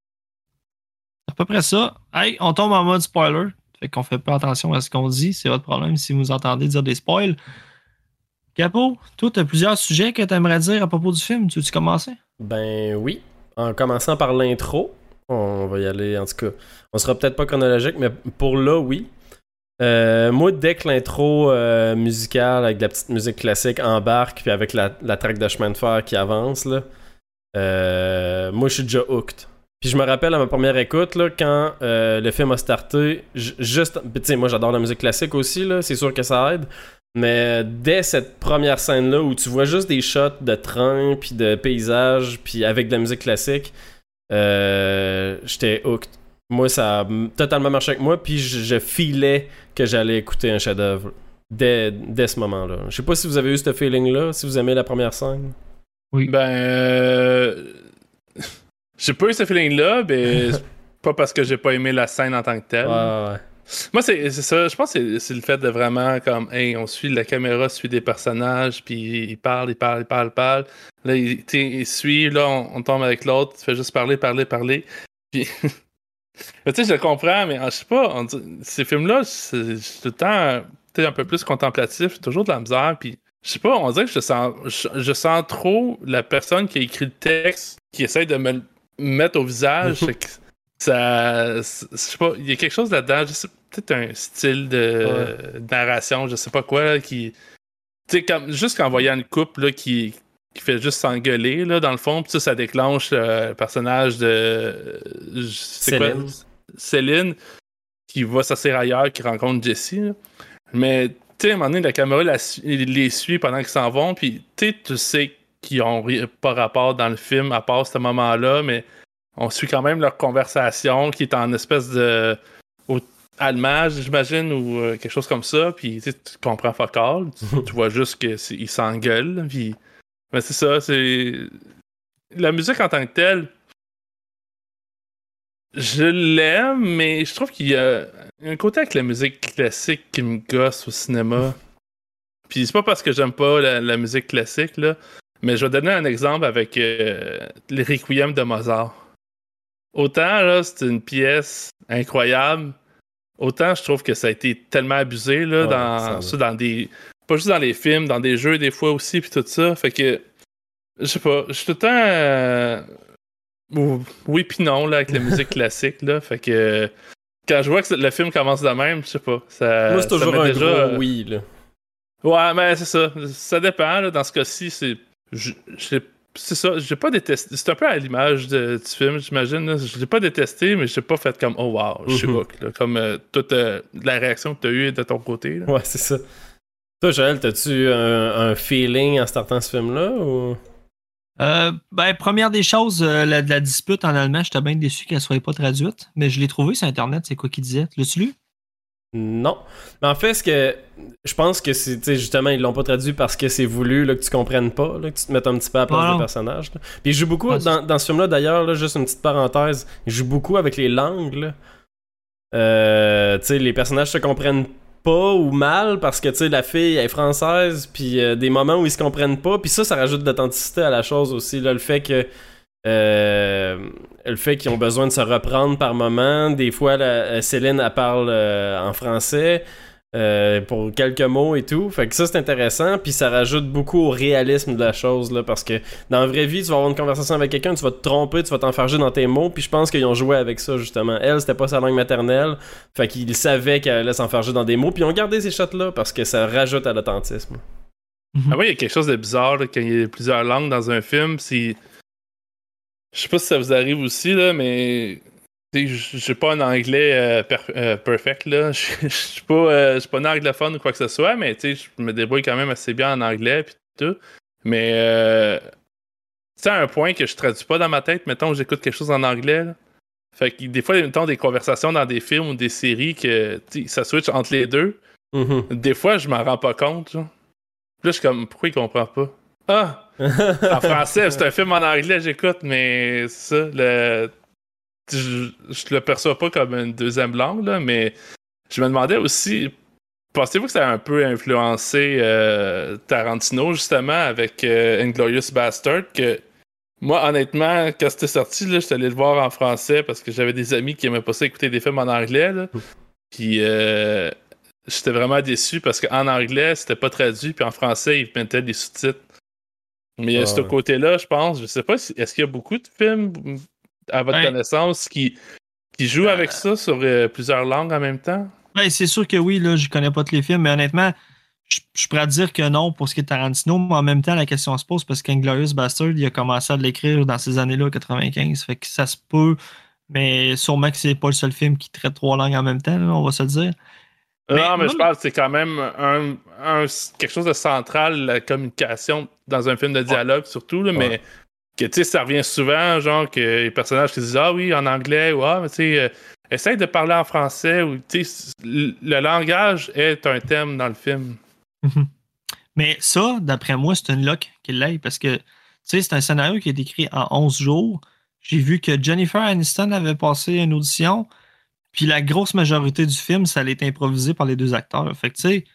À peu près ça. Hey, on tombe en mode spoiler. Fait qu'on fait pas attention à ce qu'on dit. C'est votre problème si vous entendez dire des spoils. Capo, toi, t'as plusieurs sujets que t'aimerais dire à propos du film. Tu veux-tu commencer? Ben oui. En commençant par l'intro, on va y aller, en tout cas. On sera peut-être pas chronologique, mais pour là, oui. Euh, moi, dès que l'intro euh, musicale avec de la petite musique classique embarque, puis avec la, la track de chemin de fer qui avance, là, euh, moi, je suis déjà hooked. Puis je me rappelle à ma première écoute, là, quand euh, le film a starté, j- juste... Tu sais, moi, j'adore la musique classique aussi, là, c'est sûr que ça aide. Mais dès cette première scène-là, où tu vois juste des shots de train, puis de paysages, puis avec de la musique classique, euh, j'étais hooked. Moi, ça a totalement marché avec moi, puis je, je filais que j'allais écouter un chef-d'œuvre dès, dès ce moment-là. Je sais pas si vous avez eu ce feeling-là, si vous aimez la première scène. Ben, euh... j'ai pas eu ce feeling-là, mais c'est pas parce que j'ai pas aimé la scène en tant que telle. Ouais, ouais. Moi, c'est, c'est ça. Je pense que c'est, c'est le fait de vraiment, comme, hey, on suit, la caméra suit des personnages, puis ils parlent, ils parlent, ils parlent, ils parlent. Là, ils, ils suivent, là, on, on tombe avec l'autre, tu fais juste parler, parler, parler. Puis, tu sais, je le comprends, mais je sais pas, on dit, ces films-là, c'est, c'est tout le temps peut-être un peu plus contemplatif, toujours de la misère, puis je sais pas, on dirait que je sens, je, je sens trop la personne qui a écrit le texte, qui essaye de me le mettre au visage, fait que ça, je sais pas, il y a quelque chose là-dedans, je sais, peut-être un style de ouais. narration, je sais pas quoi, là, qui, tu sais, comme, juste qu'en voyant une couple, là, qui, qui fait juste s'engueuler, là, dans le fond, puis ça, ça déclenche euh, le personnage de, c'est Céline. quoi? Céline, qui va s'asseoir ailleurs, qui rencontre Jessie, là. Mais, tu sais, à un moment donné, la caméra la, les suit pendant qu'ils s'en vont, puis, tu sais, tu sais qu'ils ont pas rapport dans le film, à part ce moment-là, mais on suit quand même leur conversation, qui est en espèce de... Au, allumage, j'imagine, ou euh, quelque chose comme ça, puis tu comprends fuck all, tu, tu vois juste qu'ils s'engueulent, puis... Mais c'est ça, c'est... La musique en tant que telle, je l'aime, mais je trouve qu'il y a un côté avec la musique classique qui me gosse au cinéma. Puis c'est pas parce que j'aime pas la, la musique classique, là, mais je vais donner un exemple avec euh, les Requiem de Mozart. Autant, là, c'est une pièce incroyable, autant je trouve que ça a été tellement abusé, là, ouais, dans, ça, dans des... Pas juste dans les films, dans des jeux, des fois aussi, puis tout ça. Fait que, je sais pas, je suis tout le temps... Euh, oui pis non, là, avec la musique classique, là. Fait que, quand je vois que le film commence de même, je sais pas, ça... Moi, c'est toujours un déjà, gros oui, là. Ouais, mais c'est ça. Ça dépend, là. Dans ce cas-ci, c'est... Je, je c'est ça, j'ai pas détesté. C'est un peu à l'image de, du film, j'imagine. Là. Je l'ai pas détesté, mais j'ai pas fait comme oh wow, je suis mm-hmm. hook. Là. Comme euh, toute euh, la réaction que tu as eue de ton côté. Là. Ouais, c'est ça. Toi, Joël, t'as-tu un, un feeling en startant ce film-là ou... Euh, ben, première des choses, euh, la, la dispute en allemand, j'étais bien déçu qu'elle soit pas traduite, mais je l'ai trouvé sur Internet, c'est quoi qu'il disait. L'as-tu lu? Non. Mais en fait, ce que je pense que c'est, tu sais, justement, ils l'ont pas traduit parce que c'est voulu là, que tu comprennes pas, là, que tu te mettes un petit peu à la place oh, des personnages. Là. Puis il joue beaucoup, ouais, dans, dans ce film-là d'ailleurs, là, juste une petite parenthèse, il joue beaucoup avec les langues. Là. Euh, tu sais, les personnages se comprennent pas ou mal parce que, tu sais, la fille elle est française, puis euh, des moments où ils se comprennent pas, puis ça, ça rajoute de l'authenticité à la chose aussi. Là, le fait que Euh, le fait qu'ils ont besoin de se reprendre par moment. Des fois, la, Céline, elle parle euh, en français euh, pour quelques mots et tout. Fait que ça, c'est intéressant. Puis ça rajoute beaucoup au réalisme de la chose. Là, parce que dans la vraie vie, tu vas avoir une conversation avec quelqu'un, tu vas te tromper, tu vas t'enfarger dans tes mots. Puis je pense qu'ils ont joué avec ça, justement. Elle, c'était pas sa langue maternelle. Fait qu'ils savaient qu'elle allait s'enfarger dans des mots. Puis ils ont gardé ces shots-là parce que ça rajoute à l'authentisme. Ah oui, il y a quelque chose de bizarre là, quand il y a plusieurs langues dans un film. C'est... Je sais pas si ça vous arrive aussi, là, mais j'ai pas un anglais euh, per- euh, perfect, là. Je suis pas, euh, pas un anglophone ou quoi que ce soit, mais je me débrouille quand même assez bien en anglais pis tout. Mais euh, sais, à un point que je traduis pas dans ma tête, mettons que j'écoute quelque chose en anglais, là. Fait que des fois, mettons des conversations dans des films ou des séries que ça switch entre les deux. Mm-hmm. Des fois, je m'en rends pas compte, genre. Puis là, je suis comme, pourquoi il comprend pas? Ah! En français, c'est un film en anglais, j'écoute, mais ça, le... je, je le perçois pas comme une deuxième langue, là, mais je me demandais aussi, pensez-vous que ça a un peu influencé euh, Tarantino, justement, avec euh, Inglourious Bastard, que moi, honnêtement, quand c'était sorti, là, j'étais allé le voir en français parce que j'avais des amis qui aimaient pas ça écouter des films en anglais, là. Puis euh, j'étais vraiment déçu parce qu'en anglais, c'était pas traduit, puis en français, ils mettaient des sous-titres. Mais ah, à ce ouais. côté-là, je pense, je sais pas, si, est-ce qu'il y a beaucoup de films, à votre ouais. connaissance, qui, qui jouent euh... avec ça sur euh, plusieurs langues en même temps? Ouais, c'est sûr que oui, là, je connais pas tous les films, mais honnêtement, je, je pourrais dire que non pour ce qui est Tarantino, mais en même temps, la question se pose parce qu'Inglourious Bastard, il a commencé à l'écrire dans ces années-là, quatre-vingt-quinze, fait que ça se peut, mais sûrement que c'est pas le seul film qui traite trois langues en même temps, là, on va se le dire. Non, mais, mais non, je parle que c'est quand même un, un, quelque chose de central, la communication dans un film de dialogue, ouais. surtout, là, ouais. mais que, tu sais, ça revient souvent, genre, que les personnages qui disent « Ah oui, en anglais » ou « Ah, mais tu sais, euh, essaye de parler en français » ou, tu sais, le, le langage est un thème dans le film. Mm-hmm. Mais ça, d'après moi, c'est une luck qu'il l'aille, parce que, tu sais, c'est un scénario qui est écrit en onze jours. J'ai vu que Jennifer Aniston avait passé une audition, puis la grosse majorité du film, ça allait être improvisé par les deux acteurs. Fait que, tu sais,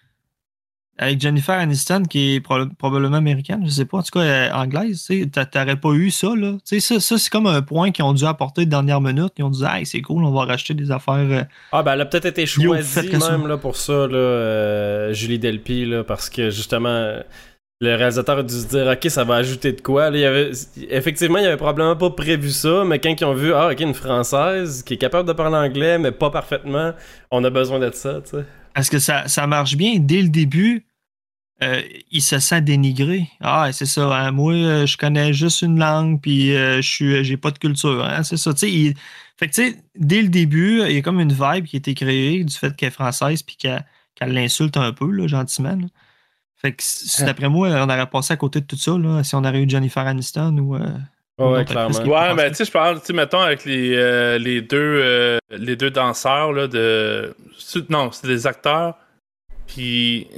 avec Jennifer Aniston, qui est pro- probablement américaine, je sais pas, en tout cas euh, anglaise, tu sais, t'aurais pas eu ça, là. Tu sais, ça, ça, c'est comme un point qu'ils ont dû apporter de dernière minute. Ils ont dit, hey, c'est cool, on va racheter des affaires. Euh, ah, ben, elle a peut-être été choisie même, là, pour ça, là, euh, Julie Delpy, là, parce que, justement, le réalisateur a dû se dire, OK, ça va ajouter de quoi. Là, il y avait, effectivement, il avait probablement pas prévu ça, mais quand ils ont vu, ah, OK, une Française qui est capable de parler anglais, mais pas parfaitement, on a besoin de ça, tu sais. Parce que ça, ça marche bien. Dès le début, euh, il se sent dénigré. Ah, c'est ça. Hein, moi, euh, je connais juste une langue, puis euh, je suis, j'ai pas de culture. Hein, c'est ça. Tu sais, il... Fait que, tu sais, dès le début, il y a comme une vibe qui a été créée du fait qu'elle est française, puis qu'elle, qu'elle l'insulte un peu, là, gentiment. Là. Fait que, d'après moi, on aurait passé à côté de tout ça, là, si on aurait eu Jennifer Aniston ou. Euh, oh, ouais, clairement. Ouais, mais tu sais, je parle, tu sais, mettons, avec les, euh, les, deux, euh, les deux danseurs, là, de. Non, c'est des acteurs. Puis.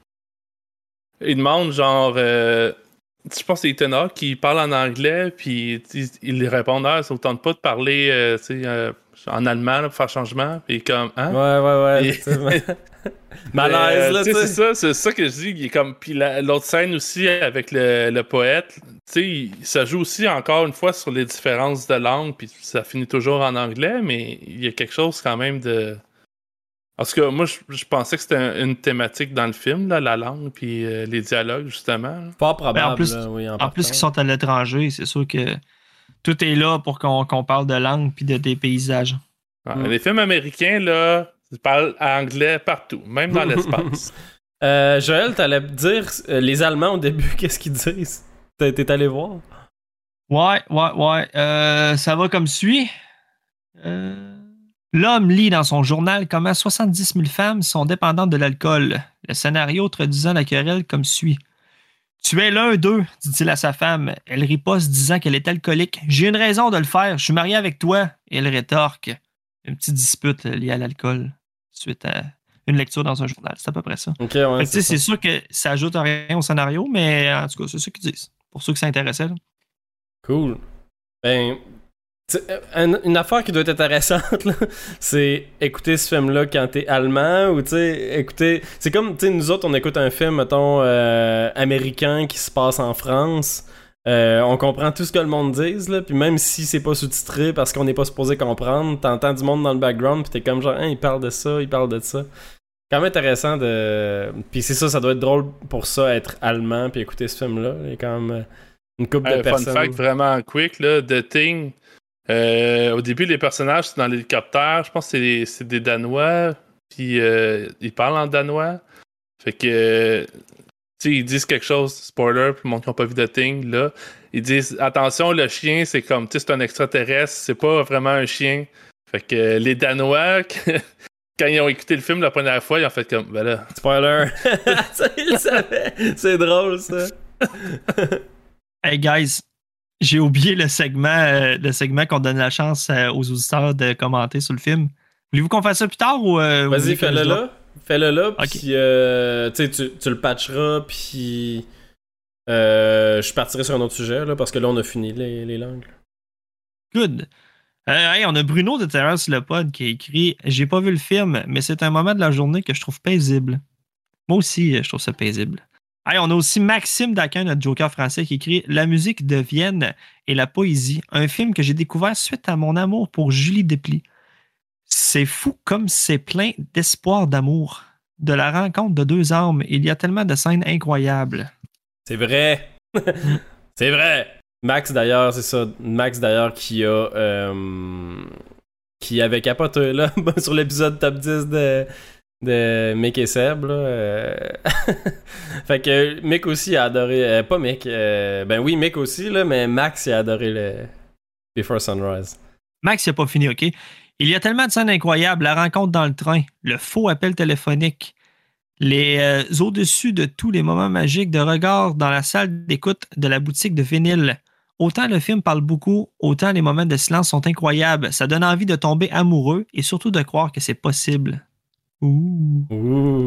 Ils demandent, genre. Euh, je pense que c'est Ethan Hawke qui parle en anglais, puis ils répondent, ah, ça vous tente pas de parler, euh, tu sais, euh, en allemand, là, pour faire changement. Puis comme, hein? Ouais, ouais, ouais. Et... Malaise, là, tu sais. C'est ça, c'est ça que je dis. Il est comme... Puis la, l'autre scène aussi, avec le, le poète, tu sais, ça joue aussi encore une fois sur les différences de langue, puis ça finit toujours en anglais, mais il y a quelque chose quand même de. En tout cas, moi, je, je pensais que c'était un, une thématique dans le film, là, la langue, puis euh, les dialogues, justement. Pas probable. Ben en plus, là, oui, en, en plus qu'ils sont à l'étranger, c'est sûr que tout est là pour qu'on, qu'on parle de langue puis de des paysages. Ouais, mm. Les films américains, là, ils parlent anglais partout, même dans l'espace. euh, Joël, t'allais dire, euh, les Allemands, au début, qu'est-ce qu'ils disent? T'es, t'es allé voir? Ouais, ouais, ouais. Euh, ça va comme suit. Euh... L'homme lit dans son journal comment soixante-dix mille femmes sont dépendantes de l'alcool. Le scénario traduisant la querelle comme suit. « Tu es l'un d'eux, dit-il à sa femme. Elle riposte disant qu'elle est alcoolique. J'ai une raison de le faire. Je suis marié avec toi. » Et elle rétorque. Une petite dispute liée à l'alcool suite à une lecture dans un journal. C'est à peu près ça. Okay, ouais, fait que, c'est, c'est sûr que ça ajoute rien au scénario, mais en tout cas, c'est ça qu'ils disent. Pour ceux qui s'intéressaient. Là. Cool. Ben... Une, une affaire qui doit être intéressante, là, c'est écouter ce film-là quand t'es allemand ou tu sais, écouter. C'est comme, tu sais, nous autres, on écoute un film, mettons, euh, américain qui se passe en France. Euh, on comprend tout ce que le monde dit, là, puis même si c'est pas sous-titré parce qu'on n'est pas supposé comprendre, t'entends du monde dans le background, puis t'es comme genre, hein, il parle de ça, il parle de ça. Quand même intéressant de. Puis c'est ça, ça doit être drôle pour ça, être allemand, puis écouter ce film-là. Il y a quand même une couple euh, de personnes. Fun fact vraiment quick, là, The Thing. Euh, au début, les personnages, c'est dans l'hélicoptère. Je pense que c'est des, c'est des Danois. Puis euh, ils parlent en danois. Fait que, euh, tu sais, ils disent quelque chose, spoiler, pour le monde qui n'a pas vu The Thing, là. Ils disent, attention, le chien, c'est comme, tu sais, c'est un extraterrestre, c'est pas vraiment un chien. Fait que euh, les Danois, quand ils ont écouté le film la première fois, ils ont fait comme, ben là. Spoiler! Ça, ils le savaient! C'est drôle, ça! Hey, guys! j'ai oublié le segment, euh, le segment qu'on donne la chance euh, aux auditeurs de commenter sur le film. Voulez-vous qu'on fasse ça plus tard ou euh, Vas-y, fais-le là. Fais-le là, okay. puis euh, tu, tu le patcheras, puis euh, je partirai sur un autre sujet, là, parce que là, on a fini les, les langues. Good. Euh, hey, on a Bruno de Terreur sur le pod qui a écrit « J'ai pas vu le film, mais c'est un moment de la journée que je trouve paisible. » Moi aussi, je trouve ça paisible. Hey, on a aussi Maxime Daquin, notre Joker français, qui écrit « La musique de Vienne et la poésie, un film que j'ai découvert suite à mon amour pour Julie Desplis. C'est fou comme c'est plein d'espoir d'amour. De la rencontre de deux âmes, il y a tellement de scènes incroyables. » C'est vrai. C'est vrai. Max d'ailleurs, c'est ça. Max d'ailleurs qui a euh, qui avait capoté là sur l'épisode top dix de, de Mick et Seb. Là, euh... fait que Mick aussi a adoré. Euh, pas Mick. Euh, ben oui, Mick aussi, là, mais Max il a adoré le Before Sunrise. Max il a pas fini, OK? Il y a tellement de scènes incroyables. La rencontre dans le train, le faux appel téléphonique, les euh, au-dessus de tous les moments magiques de regard dans la salle d'écoute de la boutique de vinyle. Autant le film parle beaucoup, autant les moments de silence sont incroyables. Ça donne envie de tomber amoureux et surtout de croire que c'est possible. Ouh. Ouh.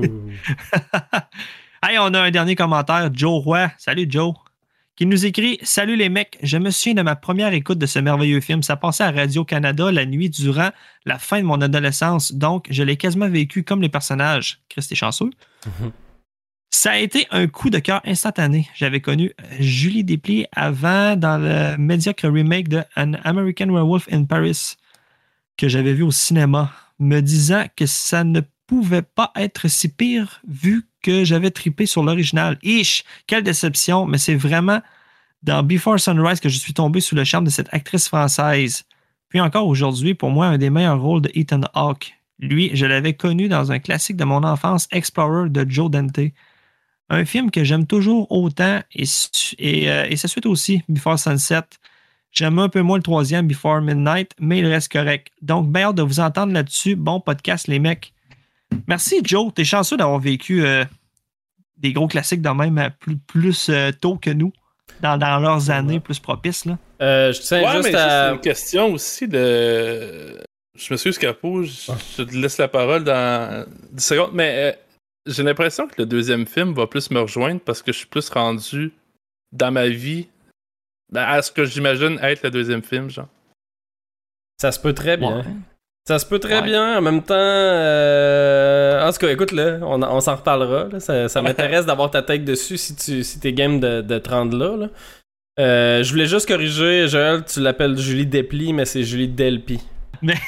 Hey, on a un dernier commentaire. Joe Roy. Salut Joe. Qui nous écrit « Salut les mecs, je me souviens de ma première écoute de ce merveilleux film. Ça passait à Radio-Canada la nuit durant la fin de mon adolescence, donc je l'ai quasiment vécu comme les personnages. Christ est chanceux. Mm-hmm. Ça a été un coup de cœur instantané. J'avais connu Julie Desplis avant dans le médiocre remake de An American Werewolf in Paris que j'avais vu au cinéma, me disant que ça ne pouvait pas être si pire vu que j'avais trippé sur l'original. Ish! Quelle déception, mais c'est vraiment dans Before Sunrise que je suis tombé sous le charme de cette actrice française. Puis encore aujourd'hui, pour moi, un des meilleurs rôles de Ethan Hawke. Lui, je l'avais connu dans un classique de mon enfance, Explorer de Joe Dante. Un film que j'aime toujours autant et, et, euh, et sa suite aussi, Before Sunset. J'aime un peu moins le troisième, Before Midnight, mais il reste correct. Donc, bien hâte de vous entendre là-dessus. Bon podcast, les mecs. Merci, Joe. T'es chanceux d'avoir vécu euh, des gros classiques de même plus, plus euh, tôt que nous, dans, dans leurs années ouais. plus propices. Là. Euh, je tiens ouais, juste mais à... c'est une question aussi de... Je m'excuse, Capo, je, je te laisse la parole dans dix secondes, mais euh, j'ai l'impression que le deuxième film va plus me rejoindre parce que je suis plus rendu dans ma vie à ce que j'imagine être le deuxième film, genre. Ça se peut très bien. Ouais. Ça se peut très ouais. bien. En même temps, euh... en tout cas, écoute, là, on, on s'en reparlera. Là. Ça, ça m'intéresse d'avoir ta tête dessus si tu si t'es game de, de te rendre là. là. Euh, je voulais juste corriger, Joël, tu l'appelles Julie Desplis, mais c'est Julie Delpy. Mais...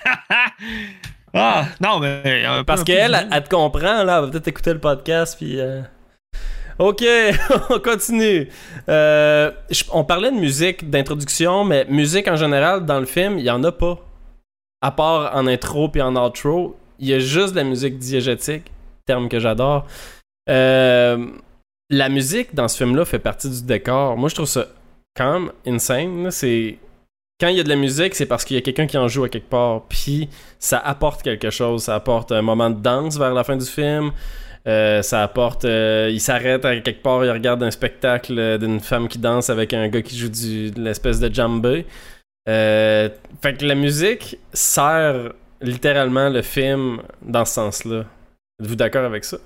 ah, non, mais... Parce qu'elle, elle, elle te comprend, là. Elle va peut-être écouter le podcast, puis... Euh... OK, on continue. Euh, je, on parlait de musique d'introduction, mais musique en général, dans le film, il n'y en a pas. À part en intro puis en outro, il y a juste de la musique diégétique, terme que j'adore. Euh, la musique dans ce film-là fait partie du décor. Moi, je trouve ça quand même insane. Là. C'est... Quand il y a de la musique, c'est parce qu'il y a quelqu'un qui en joue à quelque part. Puis ça apporte quelque chose. Ça apporte un moment de danse vers la fin du film. Euh, ça apporte... Euh, il s'arrête à quelque part, il regarde un spectacle d'une femme qui danse avec un gars qui joue du, de l'espèce de djembé. Euh, fait que la musique sert littéralement le film dans ce sens-là. Êtes-vous d'accord avec ça?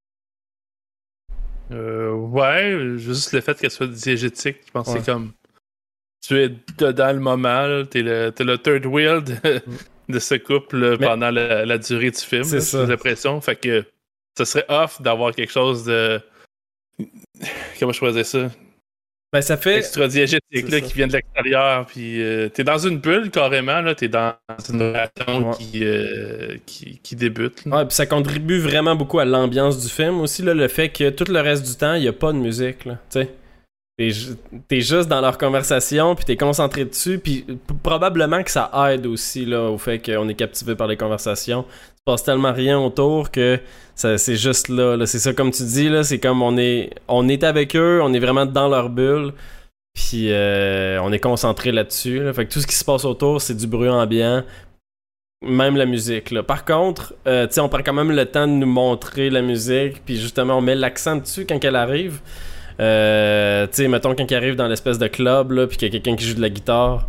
Euh, ouais, juste le fait qu'elle soit diégétique, je pense ouais. que c'est comme... Tu es dedans le moment, là, t'es, le, t'es le third wheel de, de ce couple là, Mais pendant la, la durée du film. C'est là, ça. J'ai l'impression. Fait que ça serait off d'avoir quelque chose de... Comment je pourrais dire ça? Ben, ça fait... Extra diégétique là, qui vient de l'extérieur. Puis euh, t'es dans une bulle carrément. Là, t'es dans une relation ouais. qui, euh, qui, qui débute. Là. Ouais, puis ça contribue vraiment beaucoup à l'ambiance du film aussi. Là, le fait que tout le reste du temps, il n'y a pas de musique. Là, t'sais. T'es, t'es juste dans leur conversation, puis t'es concentré dessus, puis p- probablement que ça aide aussi là, au fait qu'on est captivé par les conversations. Il se passe tellement rien autour que ça, c'est juste là, là. C'est ça comme tu dis, là, c'est comme on est, on est avec eux, on est vraiment dans leur bulle, puis euh, on est concentré là-dessus. Là. Fait que tout ce qui se passe autour, c'est du bruit ambiant, même la musique. Là. Par contre, euh, on prend quand même le temps de nous montrer la musique, puis justement on met l'accent dessus quand elle arrive. Euh, tu sais, mettons quand il arrive dans l'espèce de club, là, puis qu'il y a quelqu'un qui joue de la guitare.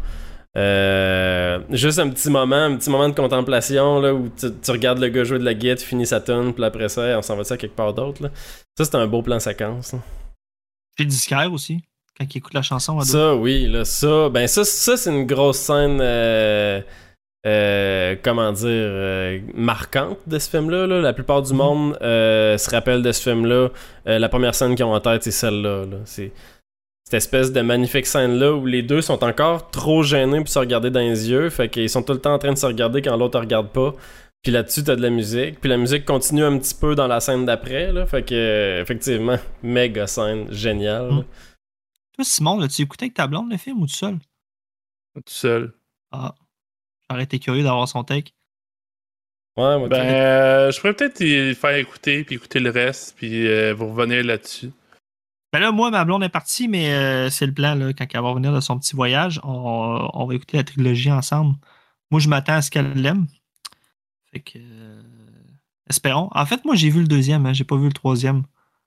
Euh, juste un petit moment, un petit moment de contemplation là, où tu, tu regardes le gars jouer de la guitare, tu finis sa tune, puis après ça, on s'en va ça quelque part d'autre. Là. Ça, c'est un beau plan séquence. Là. Puis Disquaire aussi, quand il écoute la chanson à deux. Ça, oui, là, ça, ben ça, ça c'est une grosse scène, euh, euh, comment dire, euh, marquante de ce film-là. Là. La plupart du mm-hmm. monde euh, se rappelle de ce film-là. Euh, la première scène qu'ils ont en tête, c'est celle-là. Là. C'est cette espèce de magnifique scène-là où les deux sont encore trop gênés pour se regarder dans les yeux. Fait qu'ils sont tout le temps en train de se regarder quand l'autre ne regarde pas. Puis là-dessus, t'as de la musique. Puis la musique continue un petit peu dans la scène d'après. Là. Fait que, euh, effectivement, méga scène, géniale. Mm. Toi, Simon, là, tu écoutais avec ta blonde le film ou tout seul? Tout seul. Ah. J'aurais été curieux d'avoir son take. Ouais, moi, ben, euh, je pourrais peut-être y faire écouter, puis écouter le reste, puis euh, vous revenir là-dessus. Ben là, moi, ma blonde est partie, mais euh, c'est le plan, là, quand elle va revenir de son petit voyage, on, on va écouter la trilogie ensemble. Moi, je m'attends à ce qu'elle l'aime. Fait que... Euh, espérons. En fait, moi, j'ai vu le deuxième, hein, j'ai pas vu le troisième.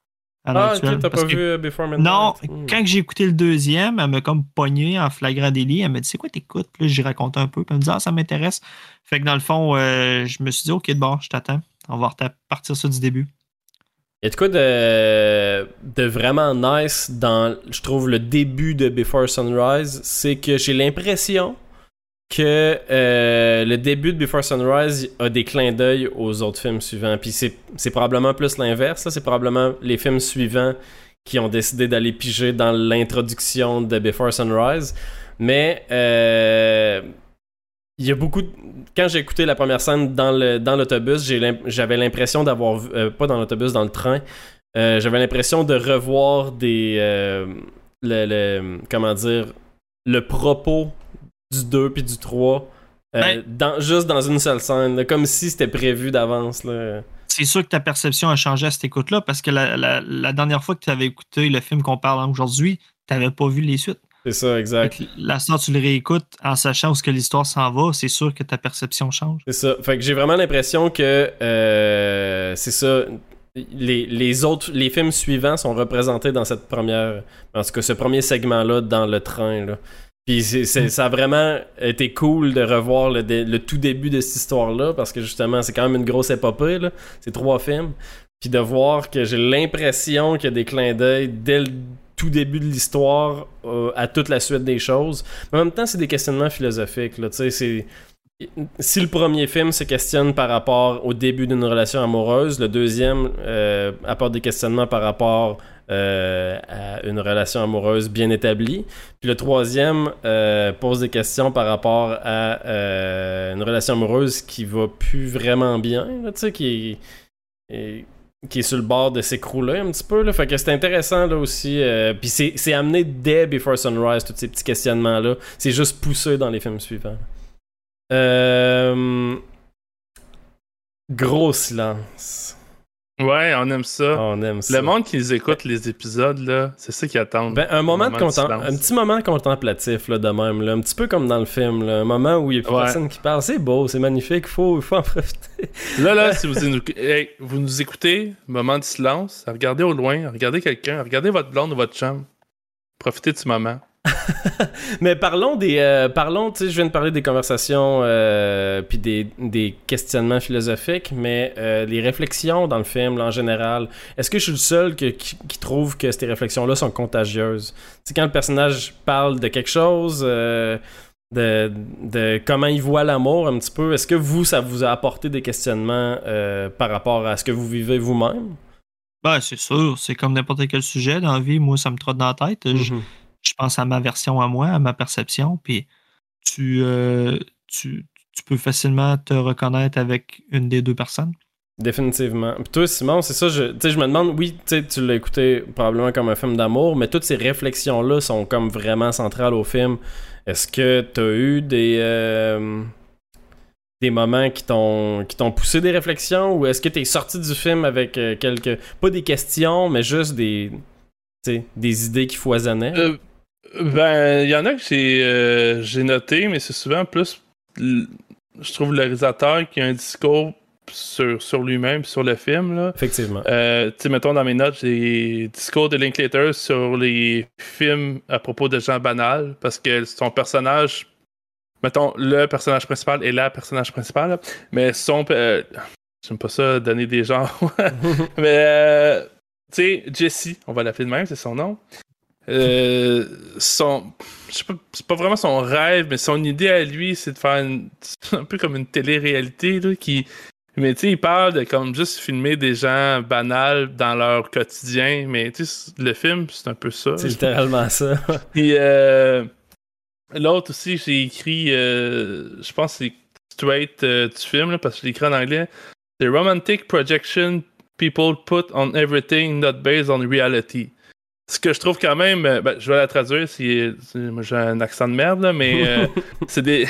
Ah, ok, t'as pas que... vu Before Midnight? Non, mm. quand j'ai écouté le deuxième, elle m'a comme pogné en flagrant délit. Elle m'a dit, c'est quoi t'écoutes? Puis là, j'ai raconté un peu. Puis elle me dit, ah, ça m'intéresse. Fait que dans le fond, euh, je me suis dit, ok, bon, je t'attends. On va repartir ça du début. Il y a de quoi de, de vraiment nice dans, je trouve, le début de Before Sunrise, c'est que j'ai l'impression que euh, le début de Before Sunrise a des clins d'œil aux autres films suivants. Puis c'est, c'est probablement plus l'inverse. Là. C'est probablement les films suivants qui ont décidé d'aller piger dans l'introduction de Before Sunrise. Mais... Euh, il y a beaucoup de... Quand j'ai écouté la première scène dans, le, dans l'autobus, j'ai l'imp... j'avais l'impression d'avoir... vu... Euh, pas dans l'autobus, dans le train. Euh, j'avais l'impression de revoir des... Euh, le, le... Comment dire... Le propos du deux puis du trois. Euh, ben, dans, juste dans une seule scène. Là, comme si c'était prévu d'avance. Là. C'est sûr que ta perception a changé à cette écoute-là parce que la, la, la dernière fois que tu avais écouté le film qu'on parle aujourd'hui, tu n'avais pas vu les suites. C'est ça, exact. La sorte, tu le réécoutes en sachant où ce que l'histoire s'en va, c'est sûr que ta perception change. C'est ça. Fait que j'ai vraiment l'impression que euh, c'est ça. Les, les autres, les films suivants sont représentés dans cette première, en tout cas ce premier segment-là dans le train. Là. Puis c'est, c'est, ça a vraiment été cool de revoir le, le tout début de cette histoire-là parce que justement c'est quand même une grosse épopée. Là. C'est trois films. Puis de voir que j'ai l'impression qu'il y a des clins d'œil dès le tout début de l'histoire euh, à toute la suite des choses. Mais en même temps, c'est des questionnements philosophiques. Là, c'est... Si le premier film se questionne par rapport au début d'une relation amoureuse, le deuxième euh, apporte des questionnements par rapport euh, à une relation amoureuse bien établie. Puis le troisième euh, pose des questions par rapport à euh, une relation amoureuse qui va plus vraiment bien, là, qui est... est qui est sur le bord de s'écrouler un petit peu. Là. Fait que c'est intéressant là aussi. Euh, Puis c'est, c'est amené dès Before Sunrise, tous ces petits questionnements-là. C'est juste poussé dans les films suivants. Euh... Gros silence. Ouais, on aime ça. On aime ça. Le monde qui nous écoute les épisodes, là, c'est ça qu'ils attendent. Ben, un, moment un, moment de contem- de un petit moment contemplatif là, de même. Là. Un petit peu comme dans le film. Là. Un moment où il n'y a plus ouais. personne qui parle. C'est beau, c'est magnifique. Il faut, faut en profiter. Là, là, si vous, hey, vous nous écoutez, moment de silence, regardez au loin, regardez quelqu'un, regardez votre blonde ou votre chambre. Profitez de ce moment. Mais parlons des euh, parlons, tu sais, je viens de parler des conversations euh, puis des, des questionnements philosophiques, mais euh, les réflexions dans le film là, en général, est-ce que je suis le seul que, qui, qui trouve que ces réflexions-là sont contagieuses? C'est quand le personnage parle de quelque chose, euh, de, de comment il voit l'amour un petit peu, est-ce que vous, ça vous a apporté des questionnements euh, par rapport à ce que vous vivez vous-même? Ben, c'est sûr, c'est comme n'importe quel sujet dans la vie, moi ça me trotte dans la tête. Mm-hmm. Je... Je pense à ma version à moi, à ma perception, puis tu, euh, tu, tu peux facilement te reconnaître avec une des deux personnes. Définitivement. Puis toi, Simon, c'est ça, je, je me demande, oui, tu l'as écouté probablement comme un film d'amour, mais toutes ces réflexions-là sont comme vraiment centrales au film. Est-ce que tu as eu des, euh, des moments qui t'ont, qui t'ont poussé des réflexions, ou est-ce que tu es sorti du film avec euh, quelques, pas des questions, mais juste des, des idées qui foisonnaient? Euh... Ben, il y en a que j'ai, euh, j'ai noté, mais c'est souvent plus, je trouve, le réalisateur qui a un discours sur, sur lui-même, sur le film. Là. Effectivement. Euh, tu sais, mettons dans mes notes, j'ai discours de Linklater sur les films à propos de gens banals, parce que son personnage, mettons, le personnage principal et la personnage principale, là, mais son... Euh, j'aime pas ça, donner des genres. mais, euh, tu sais, Jesse, on va l'appeler de même, c'est son nom. Euh, son, je sais pas, c'est pas vraiment son rêve, mais son idée à lui, c'est de faire une, un peu comme une télé-réalité, là, qui, mais tu sais, il parle de comme juste filmer des gens banals dans leur quotidien, mais tu sais, le film, c'est un peu ça. C'est littéralement ça. Puis euh, l'autre aussi, j'ai écrit, euh, je pense que c'est straight euh, du film, là, parce que je l'ai écrit en anglais. The romantic projection people put on everything not based on reality. Ce que je trouve quand même, ben, je vais la traduire si, si moi j'ai un accent de merde, là, mais euh, c'est des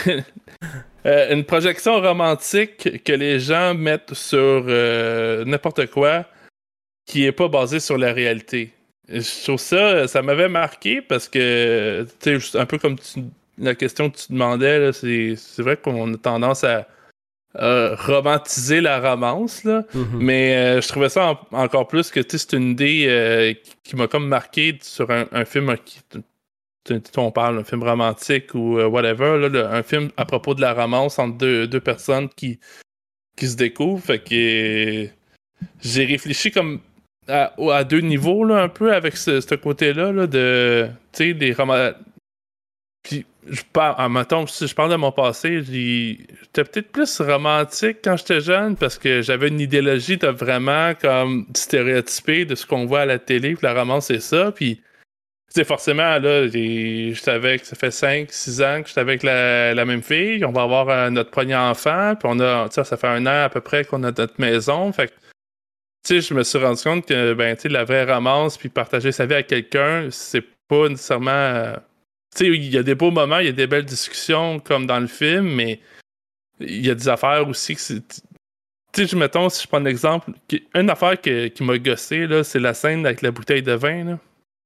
euh, une projection romantique que les gens mettent sur euh, n'importe quoi qui est pas basé sur la réalité. Je trouve ça, ça m'avait marqué parce que, tu sais, un peu comme tu, la question que tu demandais, là, c'est, c'est vrai qu'on a tendance à Euh, romantiser la romance, là. Mm-hmm. Mais euh, je trouvais ça en, encore plus que c'est une idée euh, qui, qui m'a comme marqué sur un, un film qui, on parle, un film romantique ou euh, whatever, là, le, un film à propos de la romance entre deux, deux personnes qui, qui se découvrent. Fait que euh, j'ai réfléchi comme à, à deux niveaux, là, un peu avec ce, ce côté-là, là, de, tu sais, des romans. Puis, je parle, en mettons, si je parle de mon passé, j'étais peut-être plus romantique quand j'étais jeune parce que j'avais une idéologie de vraiment comme stéréotypée de ce qu'on voit à la télé, puis la romance, c'est ça. Puis, tu sais, forcément, là, je savais que ça fait cinq six ans que j'étais avec la, la même fille. On va avoir euh, notre premier enfant, puis on a, tu sais, ça fait un an à peu près qu'on a notre maison. Fait que, tu sais, je me suis rendu compte que, ben, tu sais, la vraie romance, puis partager sa vie avec quelqu'un, c'est pas nécessairement. Euh, Tu sais, il y a des beaux moments, il y a des belles discussions comme dans le film, mais il y a des affaires aussi que c'est... Tu sais, mettons, si je prends un exemple, une affaire que, qui m'a gossé, là, c'est la scène avec la bouteille de vin, là.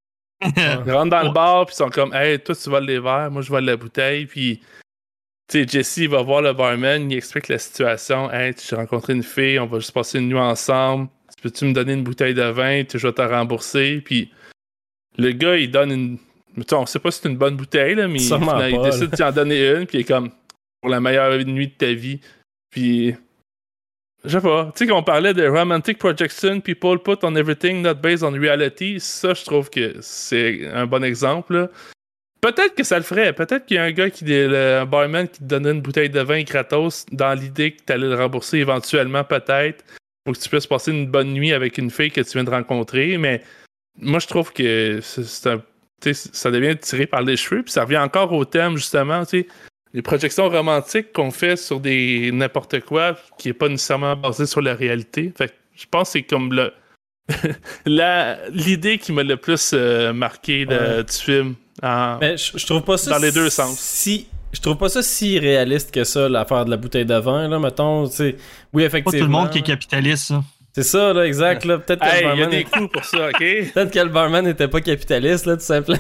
Ils rentrent dans le bar, puis ils sont comme « Hey, toi, tu voles les verres, moi, je vole la bouteille. » Puis, tu sais, Jesse, il va voir le barman, il explique la situation. « Hey, j'ai rencontré une fille, on va juste passer une nuit ensemble. Peux-tu me donner une bouteille de vin? Je vais te rembourser. » Puis, le gars, il donne une... On sait pas si c'est une bonne bouteille, là, mais il, pas, il décide d'en donner une, puis il est comme pour la meilleure nuit de ta vie. Puis, je sais pas, tu sais, qu'on parlait de romantic projection, people put on everything not based on reality, ça, je trouve que c'est un bon exemple. Là. Peut-être que ça le ferait, peut-être qu'il y a un gars, qui le, un barman qui te donnait une bouteille de vin gratos dans l'idée que tu allais le rembourser éventuellement, peut-être, pour que tu puisses passer une bonne nuit avec une fille que tu viens de rencontrer, mais moi, je trouve que c'est, c'est un T'sais, ça devient tiré par les cheveux, puis ça revient encore au thème, justement, t'sais, les projections romantiques qu'on fait sur des n'importe quoi qui n'est pas nécessairement basé sur la réalité. Fait que je pense que c'est comme le la, l'idée qui m'a le plus euh, marqué de, ouais. du film. En, Mais je, je trouve pas ça dans les deux sens. Si, je trouve pas ça si réaliste que ça, l'affaire de la bouteille de vin, là, mettons, tu sais. Oui, effectivement. Pas tout le monde qui est capitaliste, ça. C'est ça, là, exact. Là. Peut-être que hey, le barman. Il y a des coups pour ça, OK? Peut-être que le barman n'était pas capitaliste, là, tout simplement.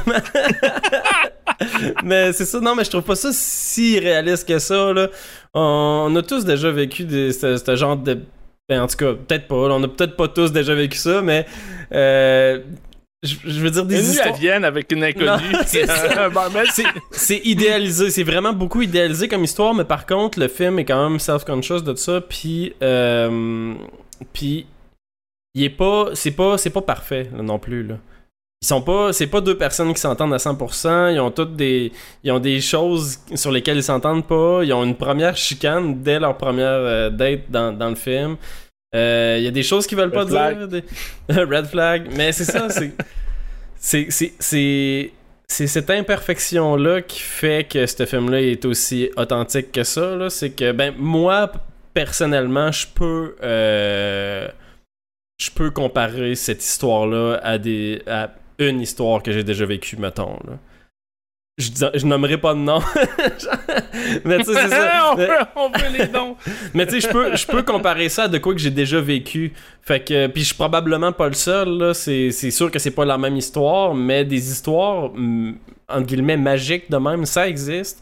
Mais c'est ça, non, mais je trouve pas ça si réaliste que ça, là. On, on a tous déjà vécu des, ce, ce genre de. Ben, en tout cas, peut-être pas, là, on a peut-être pas tous déjà vécu ça, mais. Euh, je, je veux dire des une histoires... nuit à Vienne avec une inconnue. Non, c'est, un barman. c'est, c'est idéalisé, c'est vraiment beaucoup idéalisé comme histoire, mais par contre, le film est quand même self-conscious de ça, puis. Euh, Puis il est pas c'est pas c'est pas parfait là, non plus là. Ils sont pas c'est pas deux personnes qui s'entendent à cent pour cent, ils ont toutes des ils ont des choses sur lesquelles ils s'entendent pas, ils ont une première chicane dès leur première euh, date dans, dans le film. Euh, il y a des choses qu'ils veulent Red pas flag. dire, des... Red flag, mais c'est ça, c'est c'est c'est c'est c'est cette imperfection là qui fait que ce film là est aussi authentique que ça là, c'est que ben moi personnellement, je peux euh, je peux comparer cette histoire-là à des à une histoire que j'ai déjà vécue, mettons. Là. Je, je nommerai pas de nom. Mais tu sais, c'est ça. on, veut, on veut les noms. Mais tu sais, je peux, je peux comparer ça à de quoi que j'ai déjà vécu. Fait que, puis je suis probablement pas le seul, là. C'est, c'est sûr que c'est pas la même histoire, mais des histoires, entre guillemets, magiques de même, ça existe.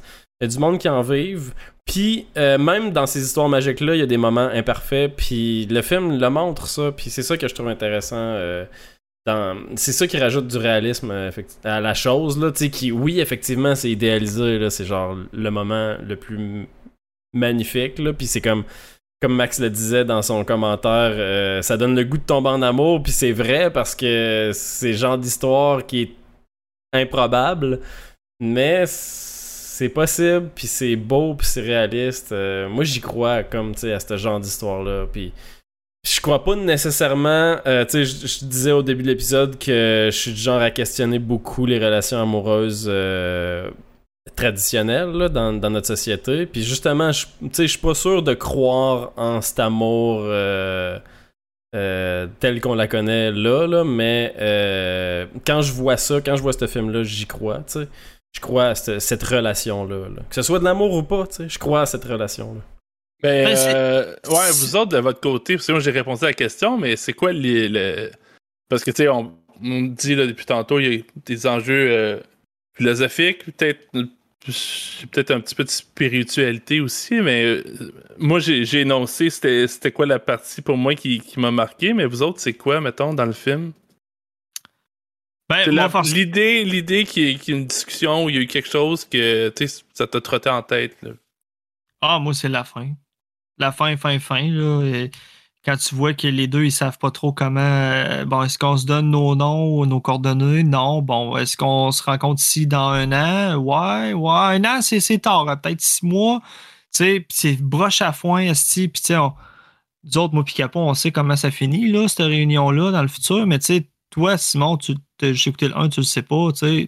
Il y a du monde qui en vive. Puis, euh, même dans ces histoires magiques-là, il y a des moments imparfaits. Puis, le film le montre, ça. Puis, c'est ça que je trouve intéressant. Euh, dans... C'est ça qui rajoute du réalisme euh, à la chose, là. Tu sais, qui, oui, effectivement, c'est idéalisé, là. C'est genre le moment le plus magnifique, là. Puis, c'est comme... Comme Max le disait dans son commentaire, euh, ça donne le goût de tomber en amour. Puis, c'est vrai parce que c'est le genre d'histoire qui est improbable. Mais... c'est possible, puis c'est beau, puis c'est réaliste. Euh, moi, j'y crois, comme, tu sais, à ce genre d'histoire-là. Puis je crois pas nécessairement... Euh, tu sais, je, je disais au début de l'épisode que je suis du genre à questionner beaucoup les relations amoureuses euh, traditionnelles là, dans, dans notre société. Puis justement, tu sais, je suis pas sûr de croire en cet amour euh, euh, tel qu'on la connaît là, là mais euh, quand je vois ça, quand je vois ce film-là, j'y crois, tu sais. Je crois à cette, cette relation-là. Là. Que ce soit de l'amour ou pas, tu sais, je crois à cette relation-là. Ben, euh, ouais, vous autres, de votre côté, parce que moi, j'ai répondu à la question, mais c'est quoi les... les... Parce que, tu sais, on, on dit là, depuis tantôt, il y a des enjeux euh, philosophiques, peut-être peut-être un petit peu de spiritualité aussi, mais euh, moi, j'ai, j'ai énoncé c'était, c'était quoi la partie pour moi qui, qui m'a marqué, mais vous autres, c'est quoi, mettons, dans le film? Ben, la, moi, forcément... l'idée, l'idée qu'il y ait une discussion où il y a eu quelque chose que tu sais, ça t'a trotté en tête. Là. Ah, moi, c'est la fin. La fin, fin, fin. Là, et quand tu vois que les deux, ils savent pas trop comment. Euh, bon, est-ce qu'on se donne nos noms ou nos coordonnées? Non. Bon, est-ce qu'on se rencontre ici dans un an? Ouais, ouais. Un an, c'est, c'est tard. Hein, peut-être six mois. Tu sais, puis c'est broche à foin, esti. Puis, tu sais, nous autres, moi, puis Capon, on sait comment ça finit, là, cette réunion-là, dans le futur. Mais, tu sais, toi, Simon, tu t'as juste écouté le un, tu le sais pas, tu sais.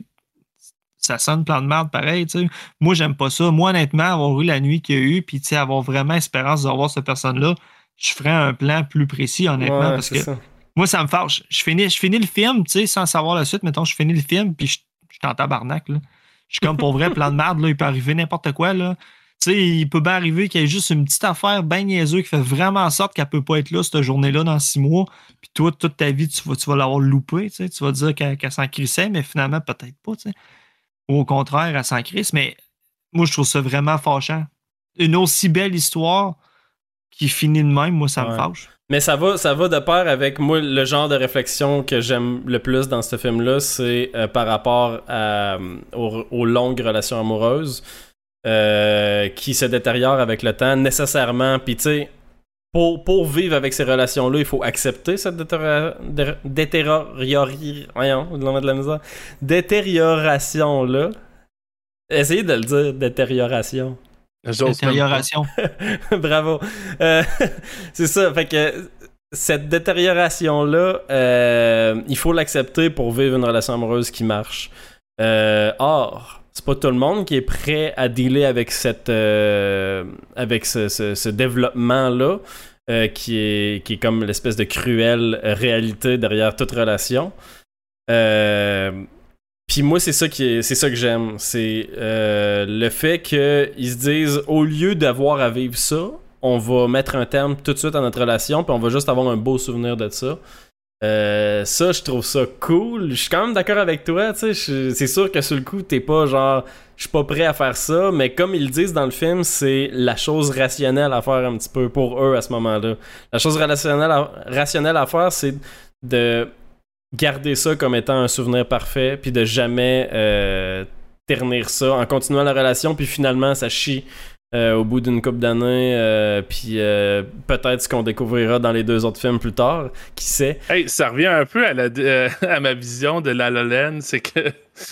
Ça sonne plein de merde pareil, tu sais. Moi, j'aime pas ça. Moi, honnêtement, avoir eu la nuit qu'il y a eu, puis, tu sais, avoir vraiment espérance d'avoir cette personne-là, je ferais un plan plus précis, honnêtement, ouais, parce que ça. moi, ça me fâche. Je finis, je finis le film, tu sais, sans savoir la suite. Mettons, je finis le film, puis je, je suis en tabarnak, là. Je suis comme, pour vrai, plein de merde, là. Il peut arriver n'importe quoi, là. Tu sais, il peut bien arriver qu'il y ait juste une petite affaire bien niaiseuse qui fait vraiment en sorte qu'elle peut pas être là cette journée-là dans six mois. Puis toi, toute ta vie, tu vas, tu vas l'avoir loupé. Tu sais, tu vas dire qu'elle, qu'elle s'en crissait, mais finalement, peut-être pas. Tu sais. Ou au contraire, elle s'en crisse. Mais moi, je trouve ça vraiment fâchant. Une aussi belle histoire qui finit de même, moi, ça ouais. me fâche. Mais ça va, ça va de pair avec moi, le genre de réflexion que j'aime le plus dans ce film-là, c'est euh, par rapport à, aux, aux longues relations amoureuses. Euh, qui se détériore avec le temps nécessairement, puis tu sais pour, pour vivre avec ces relations-là il faut accepter cette détérior... détériori... voyons, on va de la misère détérioration-là, essayez de le dire, détérioration détérioration bravo euh, c'est ça, fait que cette détérioration-là euh, il faut l'accepter pour vivre une relation amoureuse qui marche. Euh, or c'est pas tout le monde qui est prêt à dealer avec cette euh, avec ce, ce, ce développement-là euh, qui est qui est comme l'espèce de cruelle réalité derrière toute relation. Euh, Puis moi, c'est ça qui est, c'est ça que j'aime. C'est euh, le fait qu'ils se disent, au lieu d'avoir à vivre ça, on va mettre un terme tout de suite à notre relation, puis on va juste avoir un beau souvenir de ça. Euh, ça, je trouve ça cool. Je suis quand même d'accord avec toi, tu sais. C'est sûr que sur le coup, t'es pas genre, je suis pas prêt à faire ça, mais comme ils le disent dans le film, c'est la chose rationnelle à faire un petit peu pour eux à ce moment-là. La chose rationnelle à, rationnelle à faire, c'est de garder ça comme étant un souvenir parfait, puis de jamais euh, ternir ça en continuant la relation, puis finalement, ça chie. Euh, au bout d'une couple d'années, euh, puis euh, peut-être ce qu'on découvrira dans les deux autres films plus tard, qui sait. Hey, ça revient un peu à, la, euh, à ma vision de La La Land, c'est que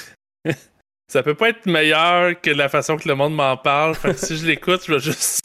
ça peut pas être meilleur que la façon que le monde m'en parle. Fait que si je l'écoute, je vais juste...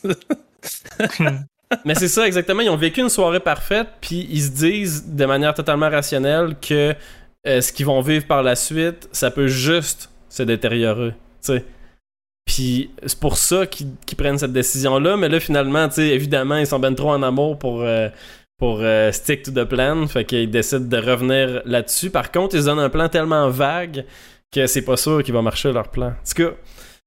Mais c'est ça, exactement. Ils ont vécu une soirée parfaite, puis ils se disent de manière totalement rationnelle que euh, ce qu'ils vont vivre par la suite, ça peut juste se détériorer, tu sais. Puis c'est pour ça qu'ils, qu'ils prennent cette décision-là, mais là, finalement, tu sais, évidemment, ils sont ben trop en amour pour, euh, pour euh, stick to the plan, fait qu'ils décident de revenir là-dessus. Par contre, ils donnent un plan tellement vague que c'est pas sûr qu'il va marcher leur plan. En tout cas,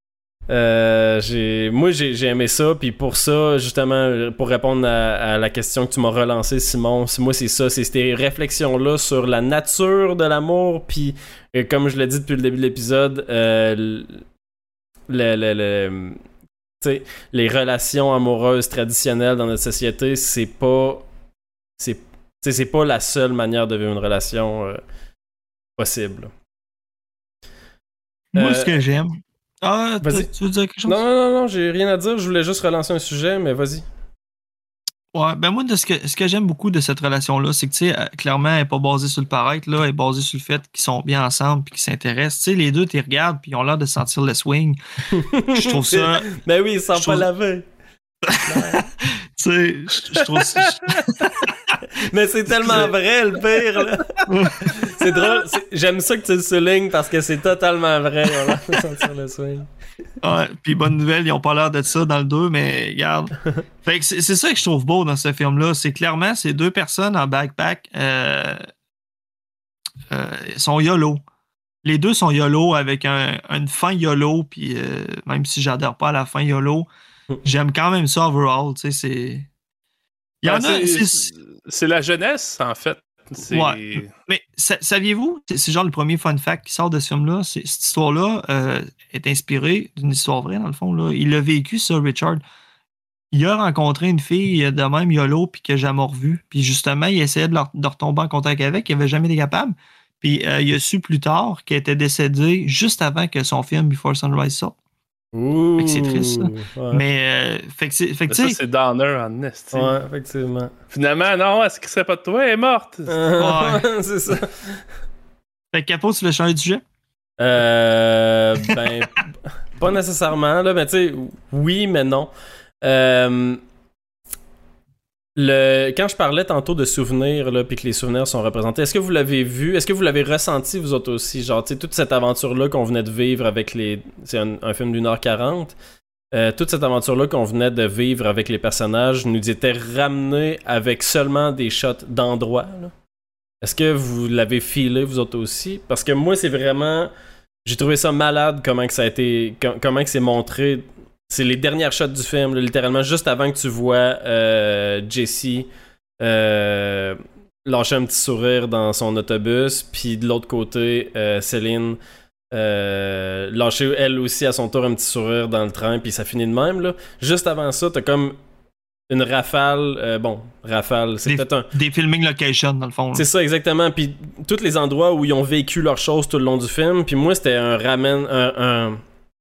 euh, j'ai, moi, j'ai, j'ai aimé ça, puis pour ça, justement, pour répondre à, à la question que tu m'as relancée, Simon, moi, c'est ça, c'est ces réflexions-là sur la nature de l'amour, puis euh, comme je l'ai dit depuis le début de l'épisode, euh, le, le, le t'sais, les relations amoureuses traditionnelles dans notre société, c'est pas c'est, c'est pas la seule manière de vivre une relation euh, possible. Moi, Euh, ce que j'aime. Ah, vas-y. tu veux dire quelque chose? Non, non, non, non, j'ai rien à dire. Je voulais juste relancer un sujet, mais vas-y. Ouais, ben moi, de ce que, ce que j'aime beaucoup de cette relation-là, c'est que, tu sais, euh, clairement, elle n'est pas basée sur le paraître, là, elle est basée sur le fait qu'ils sont bien ensemble puis qu'ils s'intéressent. Tu sais, les deux, tu les regardes puis ils ont l'air de sentir le swing. Je trouve ça. Ben oui, ils sont je pas trouve- lavés. Tu sais, je je trouve ça. Mais c'est tellement vrai, le pire, là. C'est drôle. c'est- J'aime ça que tu le soulignes parce que c'est totalement vrai. On a l'air de sentir le swing. Ouais, puis bonne nouvelle, ils ont pas l'air de ça dans le deux, mais regarde. Fait que c'est c'est ça que je trouve beau dans ce film-là. C'est clairement ces deux personnes en backpack euh, euh, sont YOLO. Les deux sont YOLO avec un, une fin YOLO, puis euh, même si j'adhère pas à la fin YOLO, j'aime quand même ça overall. Tu sais, c'est. Il y en Ben, a. c'est, c'est- c'est la jeunesse, en fait. C'est... Ouais. Mais sa- saviez-vous, c'est- c'est genre le premier fun fact qui sort de ce film-là, c'est, cette histoire-là euh, est inspirée d'une histoire vraie, dans le fond. Là. Il l'a vécu, ça, Richard. Il a rencontré une fille de même YOLO, puis qu'il n'a jamais revue. Puis justement, il essayait de, leur- de retomber en contact avec, il n'avait jamais été capable. Puis euh, il a su plus tard qu'elle était décédée juste avant que son film Before Sunrise sorte. Ouh. Fait que c'est triste, ça. Ouais, Mais, euh, fait que, c'est, fait que Ça, tu sais, c'est downer en esti. ouais, effectivement. Finalement, non, est-ce qu'il serait pas de toi? Elle est morte. c'est ça. fait que Capo, tu veux changer de sujet? Euh, ben, pas nécessairement, là, mais tu sais, oui, mais non. Euh, le, quand je parlais tantôt de souvenirs, là, puis que les souvenirs sont représentés, est-ce que vous l'avez vu? Est-ce que vous l'avez ressenti, vous autres aussi? Genre, tu sais, toute cette aventure-là qu'on venait de vivre avec les... C'est un, un film d'une heure quarante. Euh, toute cette aventure-là qu'on venait de vivre avec les personnages nous était ramenée avec seulement des shots d'endroits, là. Est-ce que vous l'avez filé, vous autres aussi? Parce que moi, c'est vraiment... J'ai trouvé ça malade comment que ça a été... com- comment que c'est montré. C'est les dernières shots du film, là, littéralement, juste avant que tu vois euh, Jessie euh, lâcher un petit sourire dans son autobus, puis de l'autre côté, euh, Céline euh, lâcher elle aussi à son tour un petit sourire dans le train, puis ça finit de même, là. Juste avant ça, t'as comme une rafale... euh, bon, rafale, c'est Des, peut-être un... des filming locations, dans le fond. là. C'est ça, exactement. Puis tous les endroits où ils ont vécu leurs choses tout le long du film. Puis moi, c'était un ramène. Un, un...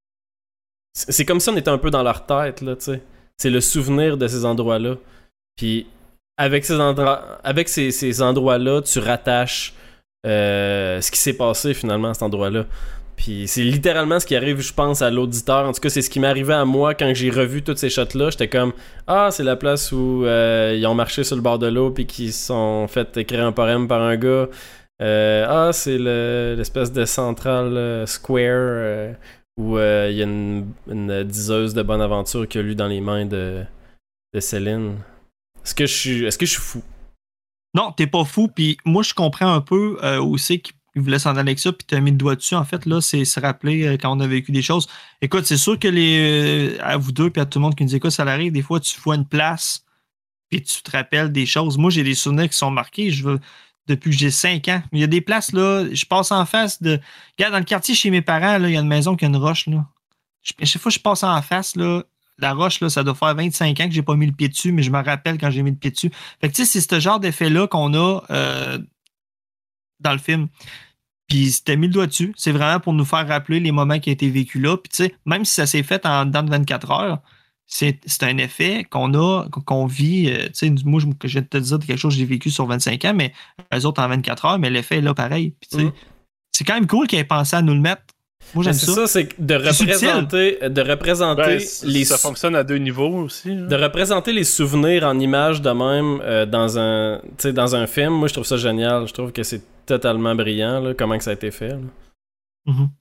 C'est c'est comme si on était un peu dans leur tête, là, tu sais. C'est le souvenir de ces endroits-là. Puis avec ces, endroits, avec ces, ces endroits-là, tu rattaches euh, ce qui s'est passé finalement à cet endroit-là. Puis c'est littéralement ce qui arrive, je pense, à l'auditeur. En tout cas, c'est ce qui m'est arrivé à moi quand j'ai revu toutes ces shots-là. J'étais comme, ah, c'est la place où euh, ils ont marché sur le bord de l'eau puis qu'ils se sont fait écrire un poème par un gars. Euh, ah, c'est le, l'espèce de Central euh, Square euh, où il euh, y a une, une diseuse de bonne aventure qui a lu dans les mains de, de Céline. Est-ce que je suis, est-ce que je suis fou? Non, t'es pas fou. Puis moi, je comprends un peu euh, aussi qu'il voulait s'en aller avec ça, puis t'as mis le doigt dessus. En fait, là, c'est se rappeler euh, quand on a vécu des choses. Écoute, c'est sûr que les euh, à vous deux, puis à tout le monde qui nous écoute, ça arrive. Des fois, tu vois une place, puis tu te rappelles des choses. Moi, j'ai des souvenirs qui sont marqués. Je veux depuis que j'ai cinq ans. Il y a des places, là, je passe en face de... Regarde, dans le quartier chez mes parents, là, il y a une maison qui a une roche, là. Je- chaque fois que je passe en face, là, la roche, là, ça doit faire vingt-cinq ans que j'ai pas mis le pied dessus, mais je me rappelle quand j'ai mis le pied dessus. Fait que, tu sais, c'est ce genre d'effet-là qu'on a euh, dans le film. Puis c'était mis le doigt dessus. C'est vraiment pour nous faire rappeler les moments qui ont été vécus là. Puis, tu sais, même si ça s'est fait en dedans de vingt-quatre heures, c'est, c'est un effet qu'on a, qu'on vit. euh, tu sais, moi, je, que je viens de te dire quelque chose que j'ai vécu sur vingt-cinq ans, mais eux autres en vingt-quatre heures, mais l'effet est là pareil. Puis, tu sais, Mm. c'est quand même cool qu'ils aient pensé à nous le mettre. Moi, j'aime Mais c'est ça. ça, c'est que de C'est subtil. représenter, de représenter Ben, c- les ça sou- fonctionne à deux niveaux aussi. hein. de représenter les souvenirs en images de même euh, dans un, tu sais, dans un film. Moi, je trouve ça génial. Je trouve que c'est totalement brillant, là, comment que ça a été fait, là. Mhm.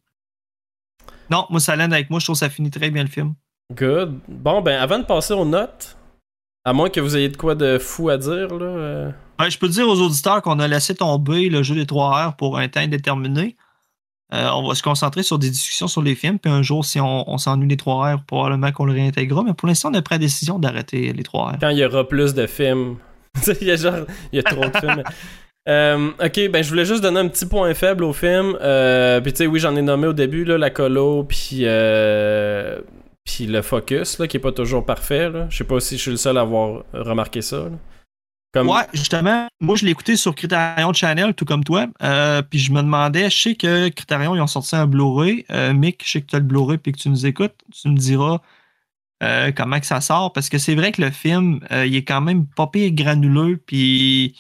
Non, moi, ça l'aide avec moi. Je trouve que ça finit très bien le film. Good. Bon, ben, avant de passer aux notes, à moins que vous ayez de quoi de fou à dire, là. euh, Ouais, je peux dire aux auditeurs qu'on a laissé tomber le jeu des trois heures pour un temps indéterminé. Euh, on va se concentrer sur des discussions sur les films, puis un jour, si on, on s'ennuie des trois heures, probablement qu'on le réintégrera. Mais pour l'instant, on a pris la décision d'arrêter les trois heures. quand il y aura plus de films. Tu sais, il y a genre, il y a trop de films. Euh, ok, ben je voulais juste donner un petit point faible au film. Euh, puis tu sais, oui, j'en ai nommé au début, là, la colo, puis euh, puis le focus, là, qui est pas toujours parfait. Là. Je sais pas si je suis le seul à avoir remarqué ça. Là. Comme... Ouais, justement, moi je l'ai écouté sur Criterion Channel, tout comme toi. Euh, puis je me demandais, je sais que Criterion, ils ont sorti un Blu-ray. Euh, Mick, je sais que tu as le Blu-ray puis que tu nous écoutes. Tu me diras euh, comment que ça sort. Parce que c'est vrai que le film, euh, il est quand même pas pire granuleux. Puis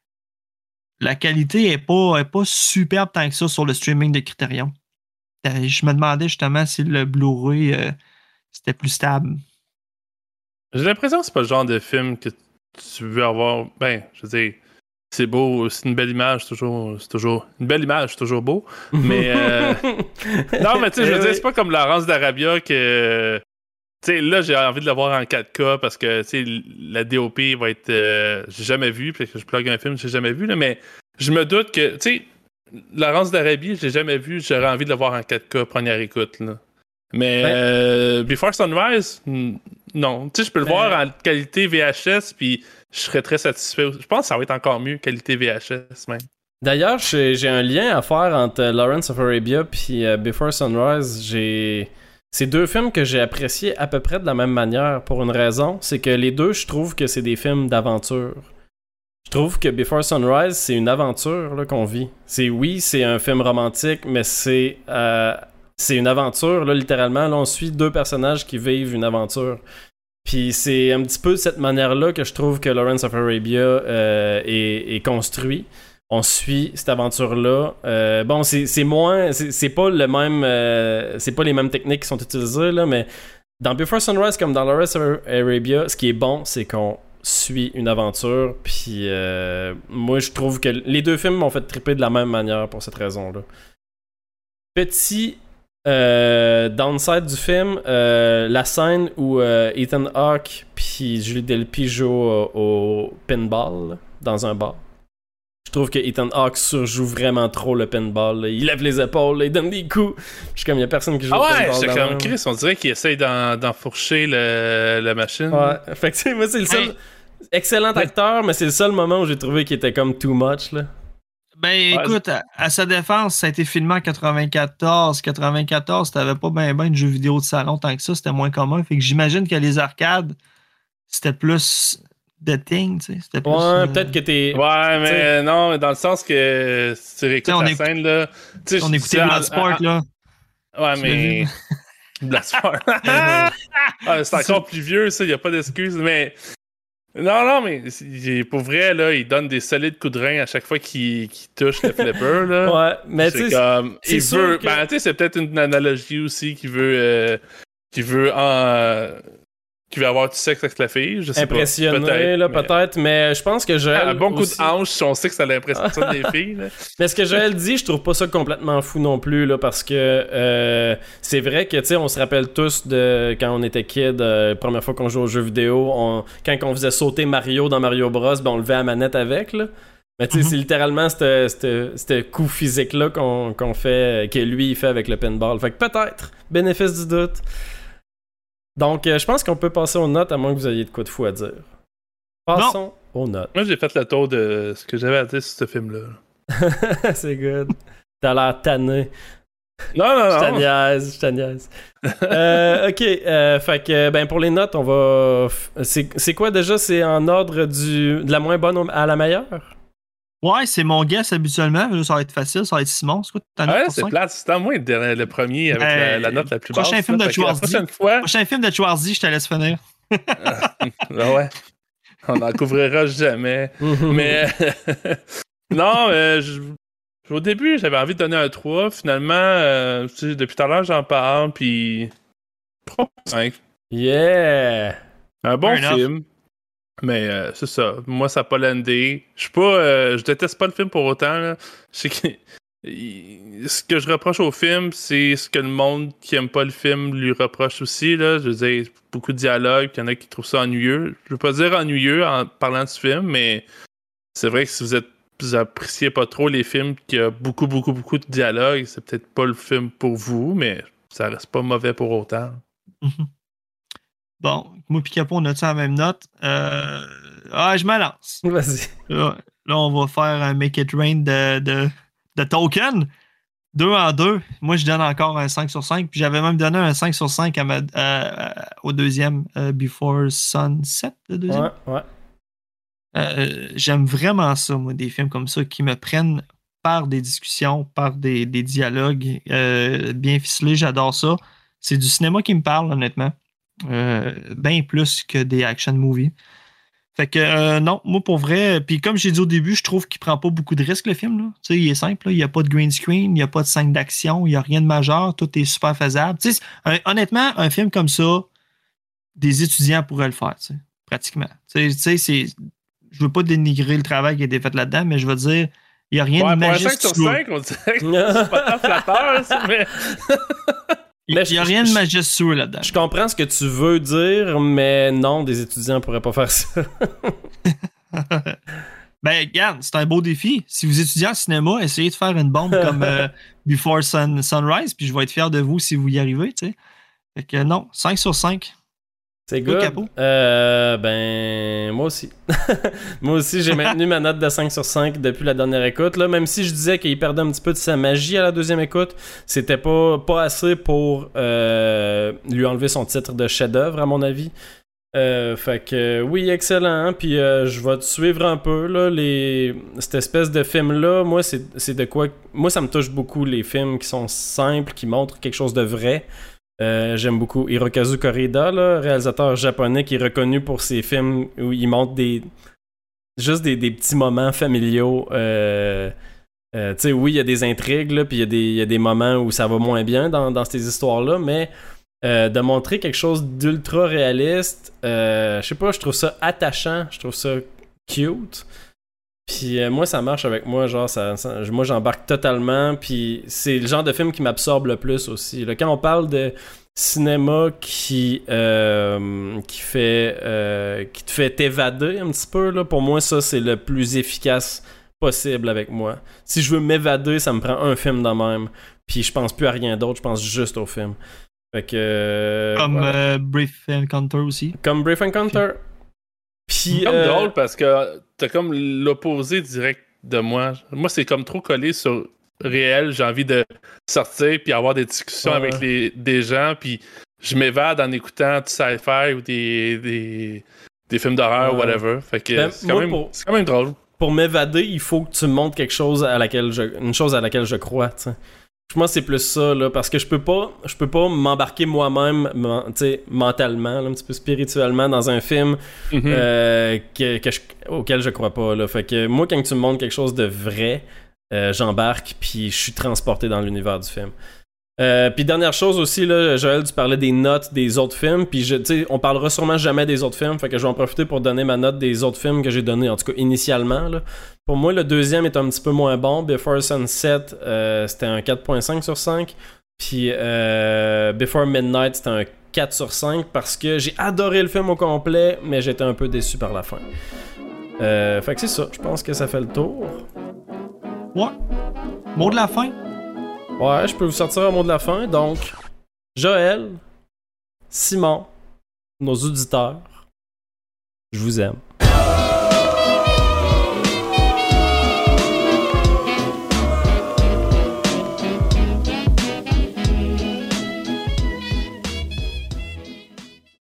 la qualité est pas, est pas superbe tant que ça sur le streaming de Criterion. Euh, je me demandais justement si le Blu-ray euh, c'était plus stable. J'ai l'impression que c'est pas le genre de film que tu veux avoir. Ben, je veux dire, c'est beau, c'est une belle image, c'est toujours, c'est toujours une belle image, c'est toujours beau. Mais euh... non, mais tu sais, je veux dire, c'est pas comme Laurence d'Arabia que. Tu sais, là, j'ai envie de le voir en quatre K parce que, tu sais, la D O P va être... Euh, j'ai jamais vu, puis que je plug un film que j'ai jamais vu, là, mais je me doute que, tu sais, Laurence d'Arabie, je l'ai jamais vu, j'aurais envie de le voir en quatre K, première écoute, là. Mais ouais. euh, Before Sunrise, non. Tu sais, je peux le mais... voir en qualité V H S, puis je serais très satisfait. Je pense que ça va être encore mieux, qualité V H S, même. D'ailleurs, j'ai, j'ai un lien à faire entre Lawrence of Arabia puis uh, Before Sunrise. J'ai... C'est deux films que j'ai appréciés à peu près de la même manière pour une raison, c'est que les deux, je trouve que c'est des films d'aventure. Je trouve que Before Sunrise, c'est une aventure là, qu'on vit. C'est oui, c'est un film romantique, mais c'est euh, c'est une aventure, là, littéralement. Là, on suit deux personnages qui vivent une aventure. Puis c'est un petit peu de cette manière-là que je trouve que Lawrence of Arabia euh, est, est construit. On suit cette aventure-là. Euh, bon, c'est, c'est moins... C'est, c'est pas le même... Euh, c'est pas les mêmes techniques qui sont utilisées, là, mais dans Before Sunrise comme dans Lawrence of Arabia, ce qui est bon, c'est qu'on suit une aventure, puis euh, moi, je trouve que les deux films m'ont fait triper de la même manière pour cette raison-là. Petit euh, downside du film, euh, la scène où euh, Ethan Hawke puis Julie Delpy jouent au, au pinball, là, dans un bar. Je trouve que Ethan Hawke surjoue vraiment trop le pinball. Là. Il lève les épaules, là, il donne des coups. Je suis comme, il n'y a personne qui joue ah au ouais, pinball. Ah ouais, c'est comme Chris, on dirait qu'il essaye d'en, d'enfourcher le, la machine. Ouais, fait que, moi, c'est le seul... Hey. Excellent acteur, mais c'est le seul moment où j'ai trouvé qu'il était comme too much, là. Ben, ouais, écoute, à, à sa défense, ça a été filmé en quatre-vingt-quatorze. quatre-vingt-quatorze, t'avais pas ben ben de jeux vidéo de salon tant que ça, c'était moins commun. Fait que j'imagine que les arcades, c'était plus... The Thing, tu sais, c'était plus... Ouais, euh... peut-être que t'es... Ouais, mais t'sais... non, dans le sens que si tu réécoutes la écoute... scène, là... On écoutait Bloodsport, ah, là. Ouais, tu mais... Bloodsport. ah, c'est encore plus vieux, ça, il n'y a pas d'excuse, mais... Non, non, mais pour vrai, là, il donne des solides coups de rein à chaque fois qu'il, qu'il touche le flipper, là. Ouais, mais tu sais... comme... C'est il sûr veut... que... Ben, tu sais, c'est peut-être une analogie aussi qui veut... Euh... qui veut en... qui veut avoir du sexe avec la fille, je sais impressionné, pas. Peut-être, là, mais... peut-être, mais je pense que Joël... Un bon coup aussi... de hanche, on sait que ça l'impressionne des filles, là. Mais ce que Joël dit, je trouve pas ça complètement fou non plus, là, parce que euh, c'est vrai que, tu sais, on se rappelle tous de quand on était kid, euh, première fois qu'on jouait aux jeux vidéo, on, quand on faisait sauter Mario dans Mario Bros, ben on levait la manette avec, là. Mais tu sais, mm-hmm. c'est littéralement ce coup physique-là qu'on, qu'on fait, que lui, il fait avec le pinball. Fait que peut-être, bénéfice du doute. Donc, euh, je pense qu'on peut passer aux notes, à moins que vous ayez de quoi de fou à dire. Passons non. aux notes. Moi, j'ai fait le tour de ce que j'avais à dire sur ce film-là. C'est good. T'as l'air tanné. Non, non, non. Je te niaise, je te niaise. euh, ok, euh, fait que, ben, pour les notes, on va... C'est, c'est quoi déjà? C'est en ordre du de la moins bonne à la meilleure? Ouais, c'est mon guess habituellement. Ça va être facile, ça va être Simon. C'est quoi ta note ouais, pour c'est cinq? plate. C'est à moi le, le premier avec euh, la, la note la plus basse. Prochain film de Schwarzy. Prochaine fois... Prochain film de Schwarzy, je te laisse finir. ah ouais. On n'en couvrira jamais. mais non, euh, je... au début, j'avais envie de donner un trois. Finalement, euh, depuis tout à l'heure, j'en parle. Puis trois virgule cinq. Yeah! Un bon Fair film. Enough. Mais euh, c'est ça. Moi, ça n'a pas landé. Je suis pas. Euh, je déteste pas le film pour autant. Là. Je sais que. Ce que je reproche au film, c'est ce que le monde qui aime pas le film lui reproche aussi. Là. Je veux dire, beaucoup de dialogues, il y en a qui trouvent ça ennuyeux. Je veux pas dire ennuyeux en parlant de ce film, mais c'est vrai que si vous êtes vous appréciez pas trop les films qui a beaucoup, beaucoup, beaucoup de dialogues, c'est peut-être pas le film pour vous, mais ça reste pas mauvais pour autant. Mm-hmm. Bon, moi et Capo, on a-tu la même note? Euh, Ah, je me lance. Vas-y. Là, là, on va faire un Make It Rain de, de, de Token. Deux en deux. Moi, je donne encore un cinq sur cinq. Puis j'avais même donné un cinq sur cinq à ma, euh, au deuxième, euh, Before Sunset, le deuxième. Ouais, ouais. Euh, j'aime vraiment ça, moi, des films comme ça qui me prennent par des discussions, par des, des dialogues euh, bien ficelés. J'adore ça. C'est du cinéma qui me parle, honnêtement. Euh, bien plus que des action movies. Fait que euh, non, moi pour vrai, puis comme j'ai dit au début, je trouve qu'il prend pas beaucoup de risques le film. Là. Tu sais, il est simple, là. Il n'y a pas de green screen, il n'y a pas de scène d'action, il n'y a rien de majeur, tout est super faisable. Tu sais, un, honnêtement, un film comme ça, des étudiants pourraient le faire, tu sais, pratiquement. Tu sais, c'est. Je veux pas dénigrer le travail qui a été fait là-dedans, mais je veux dire, il n'y a rien ouais, de magique. majestueux. Pour un cinq sur cinq, on dirait que c'est pas tant flatteur, ça, mais. Il n'y a rien de majestueux là-dedans. Je comprends ce que tu veux dire, mais non, des étudiants pourraient pas faire ça. Ben, regarde, c'est un beau défi. Si vous étudiez en cinéma, essayez de faire une bombe comme euh, Before Sun, Sunrise, puis je vais être fier de vous si vous y arrivez, tu sais. Fait que non, cinq sur cinq. C'est good. Euh, ben, moi aussi. moi aussi, j'ai maintenu ma note de cinq sur cinq depuis la dernière écoute. Là, même si je disais qu'il perdait un petit peu de sa magie à la deuxième écoute, c'était pas, pas assez pour euh, lui enlever son titre de chef-d'œuvre, à mon avis. Euh, fait que oui, excellent. Hein? Puis euh, je vais te suivre un peu. Là, les... Cette espèce de film-là, moi, c'est, c'est de quoi. Moi, ça me touche beaucoup, les films qui sont simples, qui montrent quelque chose de vrai. Euh, j'aime beaucoup Hirokazu Koreeda, là, réalisateur japonais qui est reconnu pour ses films où il montre des juste des, des petits moments familiaux. Euh, euh, tu sais, oui, il y a des intrigues, là, puis il y, y a des moments où ça va moins bien dans, dans ces histoires-là, mais euh, de montrer quelque chose d'ultra réaliste, euh, je sais pas, je trouve ça attachant, je trouve ça cute. Puis euh, moi, ça marche avec moi, genre, ça, ça, moi j'embarque totalement, puis c'est le genre de film qui m'absorbe le plus aussi. Là, quand on parle de cinéma qui euh, qui fait euh, qui te fait t'évader un petit peu, là, pour moi, ça, c'est le plus efficace possible avec moi. Si je veux m'évader, ça me prend un film de même, puis je pense plus à rien d'autre, je pense juste au film. Fait que... Euh, Comme ouais. euh, Brief Encounter aussi. Comme Brief Encounter. Puis, c'est comme euh... drôle parce que t'as comme l'opposé direct de moi. Moi, c'est comme trop collé sur réel. J'ai envie de sortir puis avoir des discussions ouais. avec les, des gens. Puis je m'évade en écoutant du sci-fi ou des, des, des films d'horreur ou ouais. whatever. Fait que ben, c'est, quand même, pour, c'est quand même drôle. Pour m'évader, il faut que tu me montres quelque chose à laquelle je, une chose à laquelle je crois, t'sais. Moi, c'est plus ça, là, parce que je peux pas, je peux pas m'embarquer moi-même, tu sais, mentalement, là, un petit peu spirituellement, dans un film mm-hmm. euh, que, que je, auquel je crois pas, là. Fait que moi, quand tu me montres quelque chose de vrai, euh, j'embarque, puis je suis transporté dans l'univers du film. Euh, puis dernière chose aussi, là, Joël, tu parlais des notes des autres films, puis tu sais, on parlera sûrement jamais des autres films, fait que je vais en profiter pour donner ma note des autres films que j'ai donné, en tout cas initialement, là. Pour moi, le deuxième est un petit peu moins bon. Before Sunset, euh, c'était un quatre virgule cinq sur cinq. Puis euh, Before Midnight, c'était un quatre sur cinq parce que j'ai adoré le film au complet, mais j'étais un peu déçu par la fin. Euh, fait que c'est ça, je pense que ça fait le tour. Ouais. Mot de la fin? Ouais, je peux vous sortir un mot de la fin. Donc, Joël, Simon, nos auditeurs, je vous aime.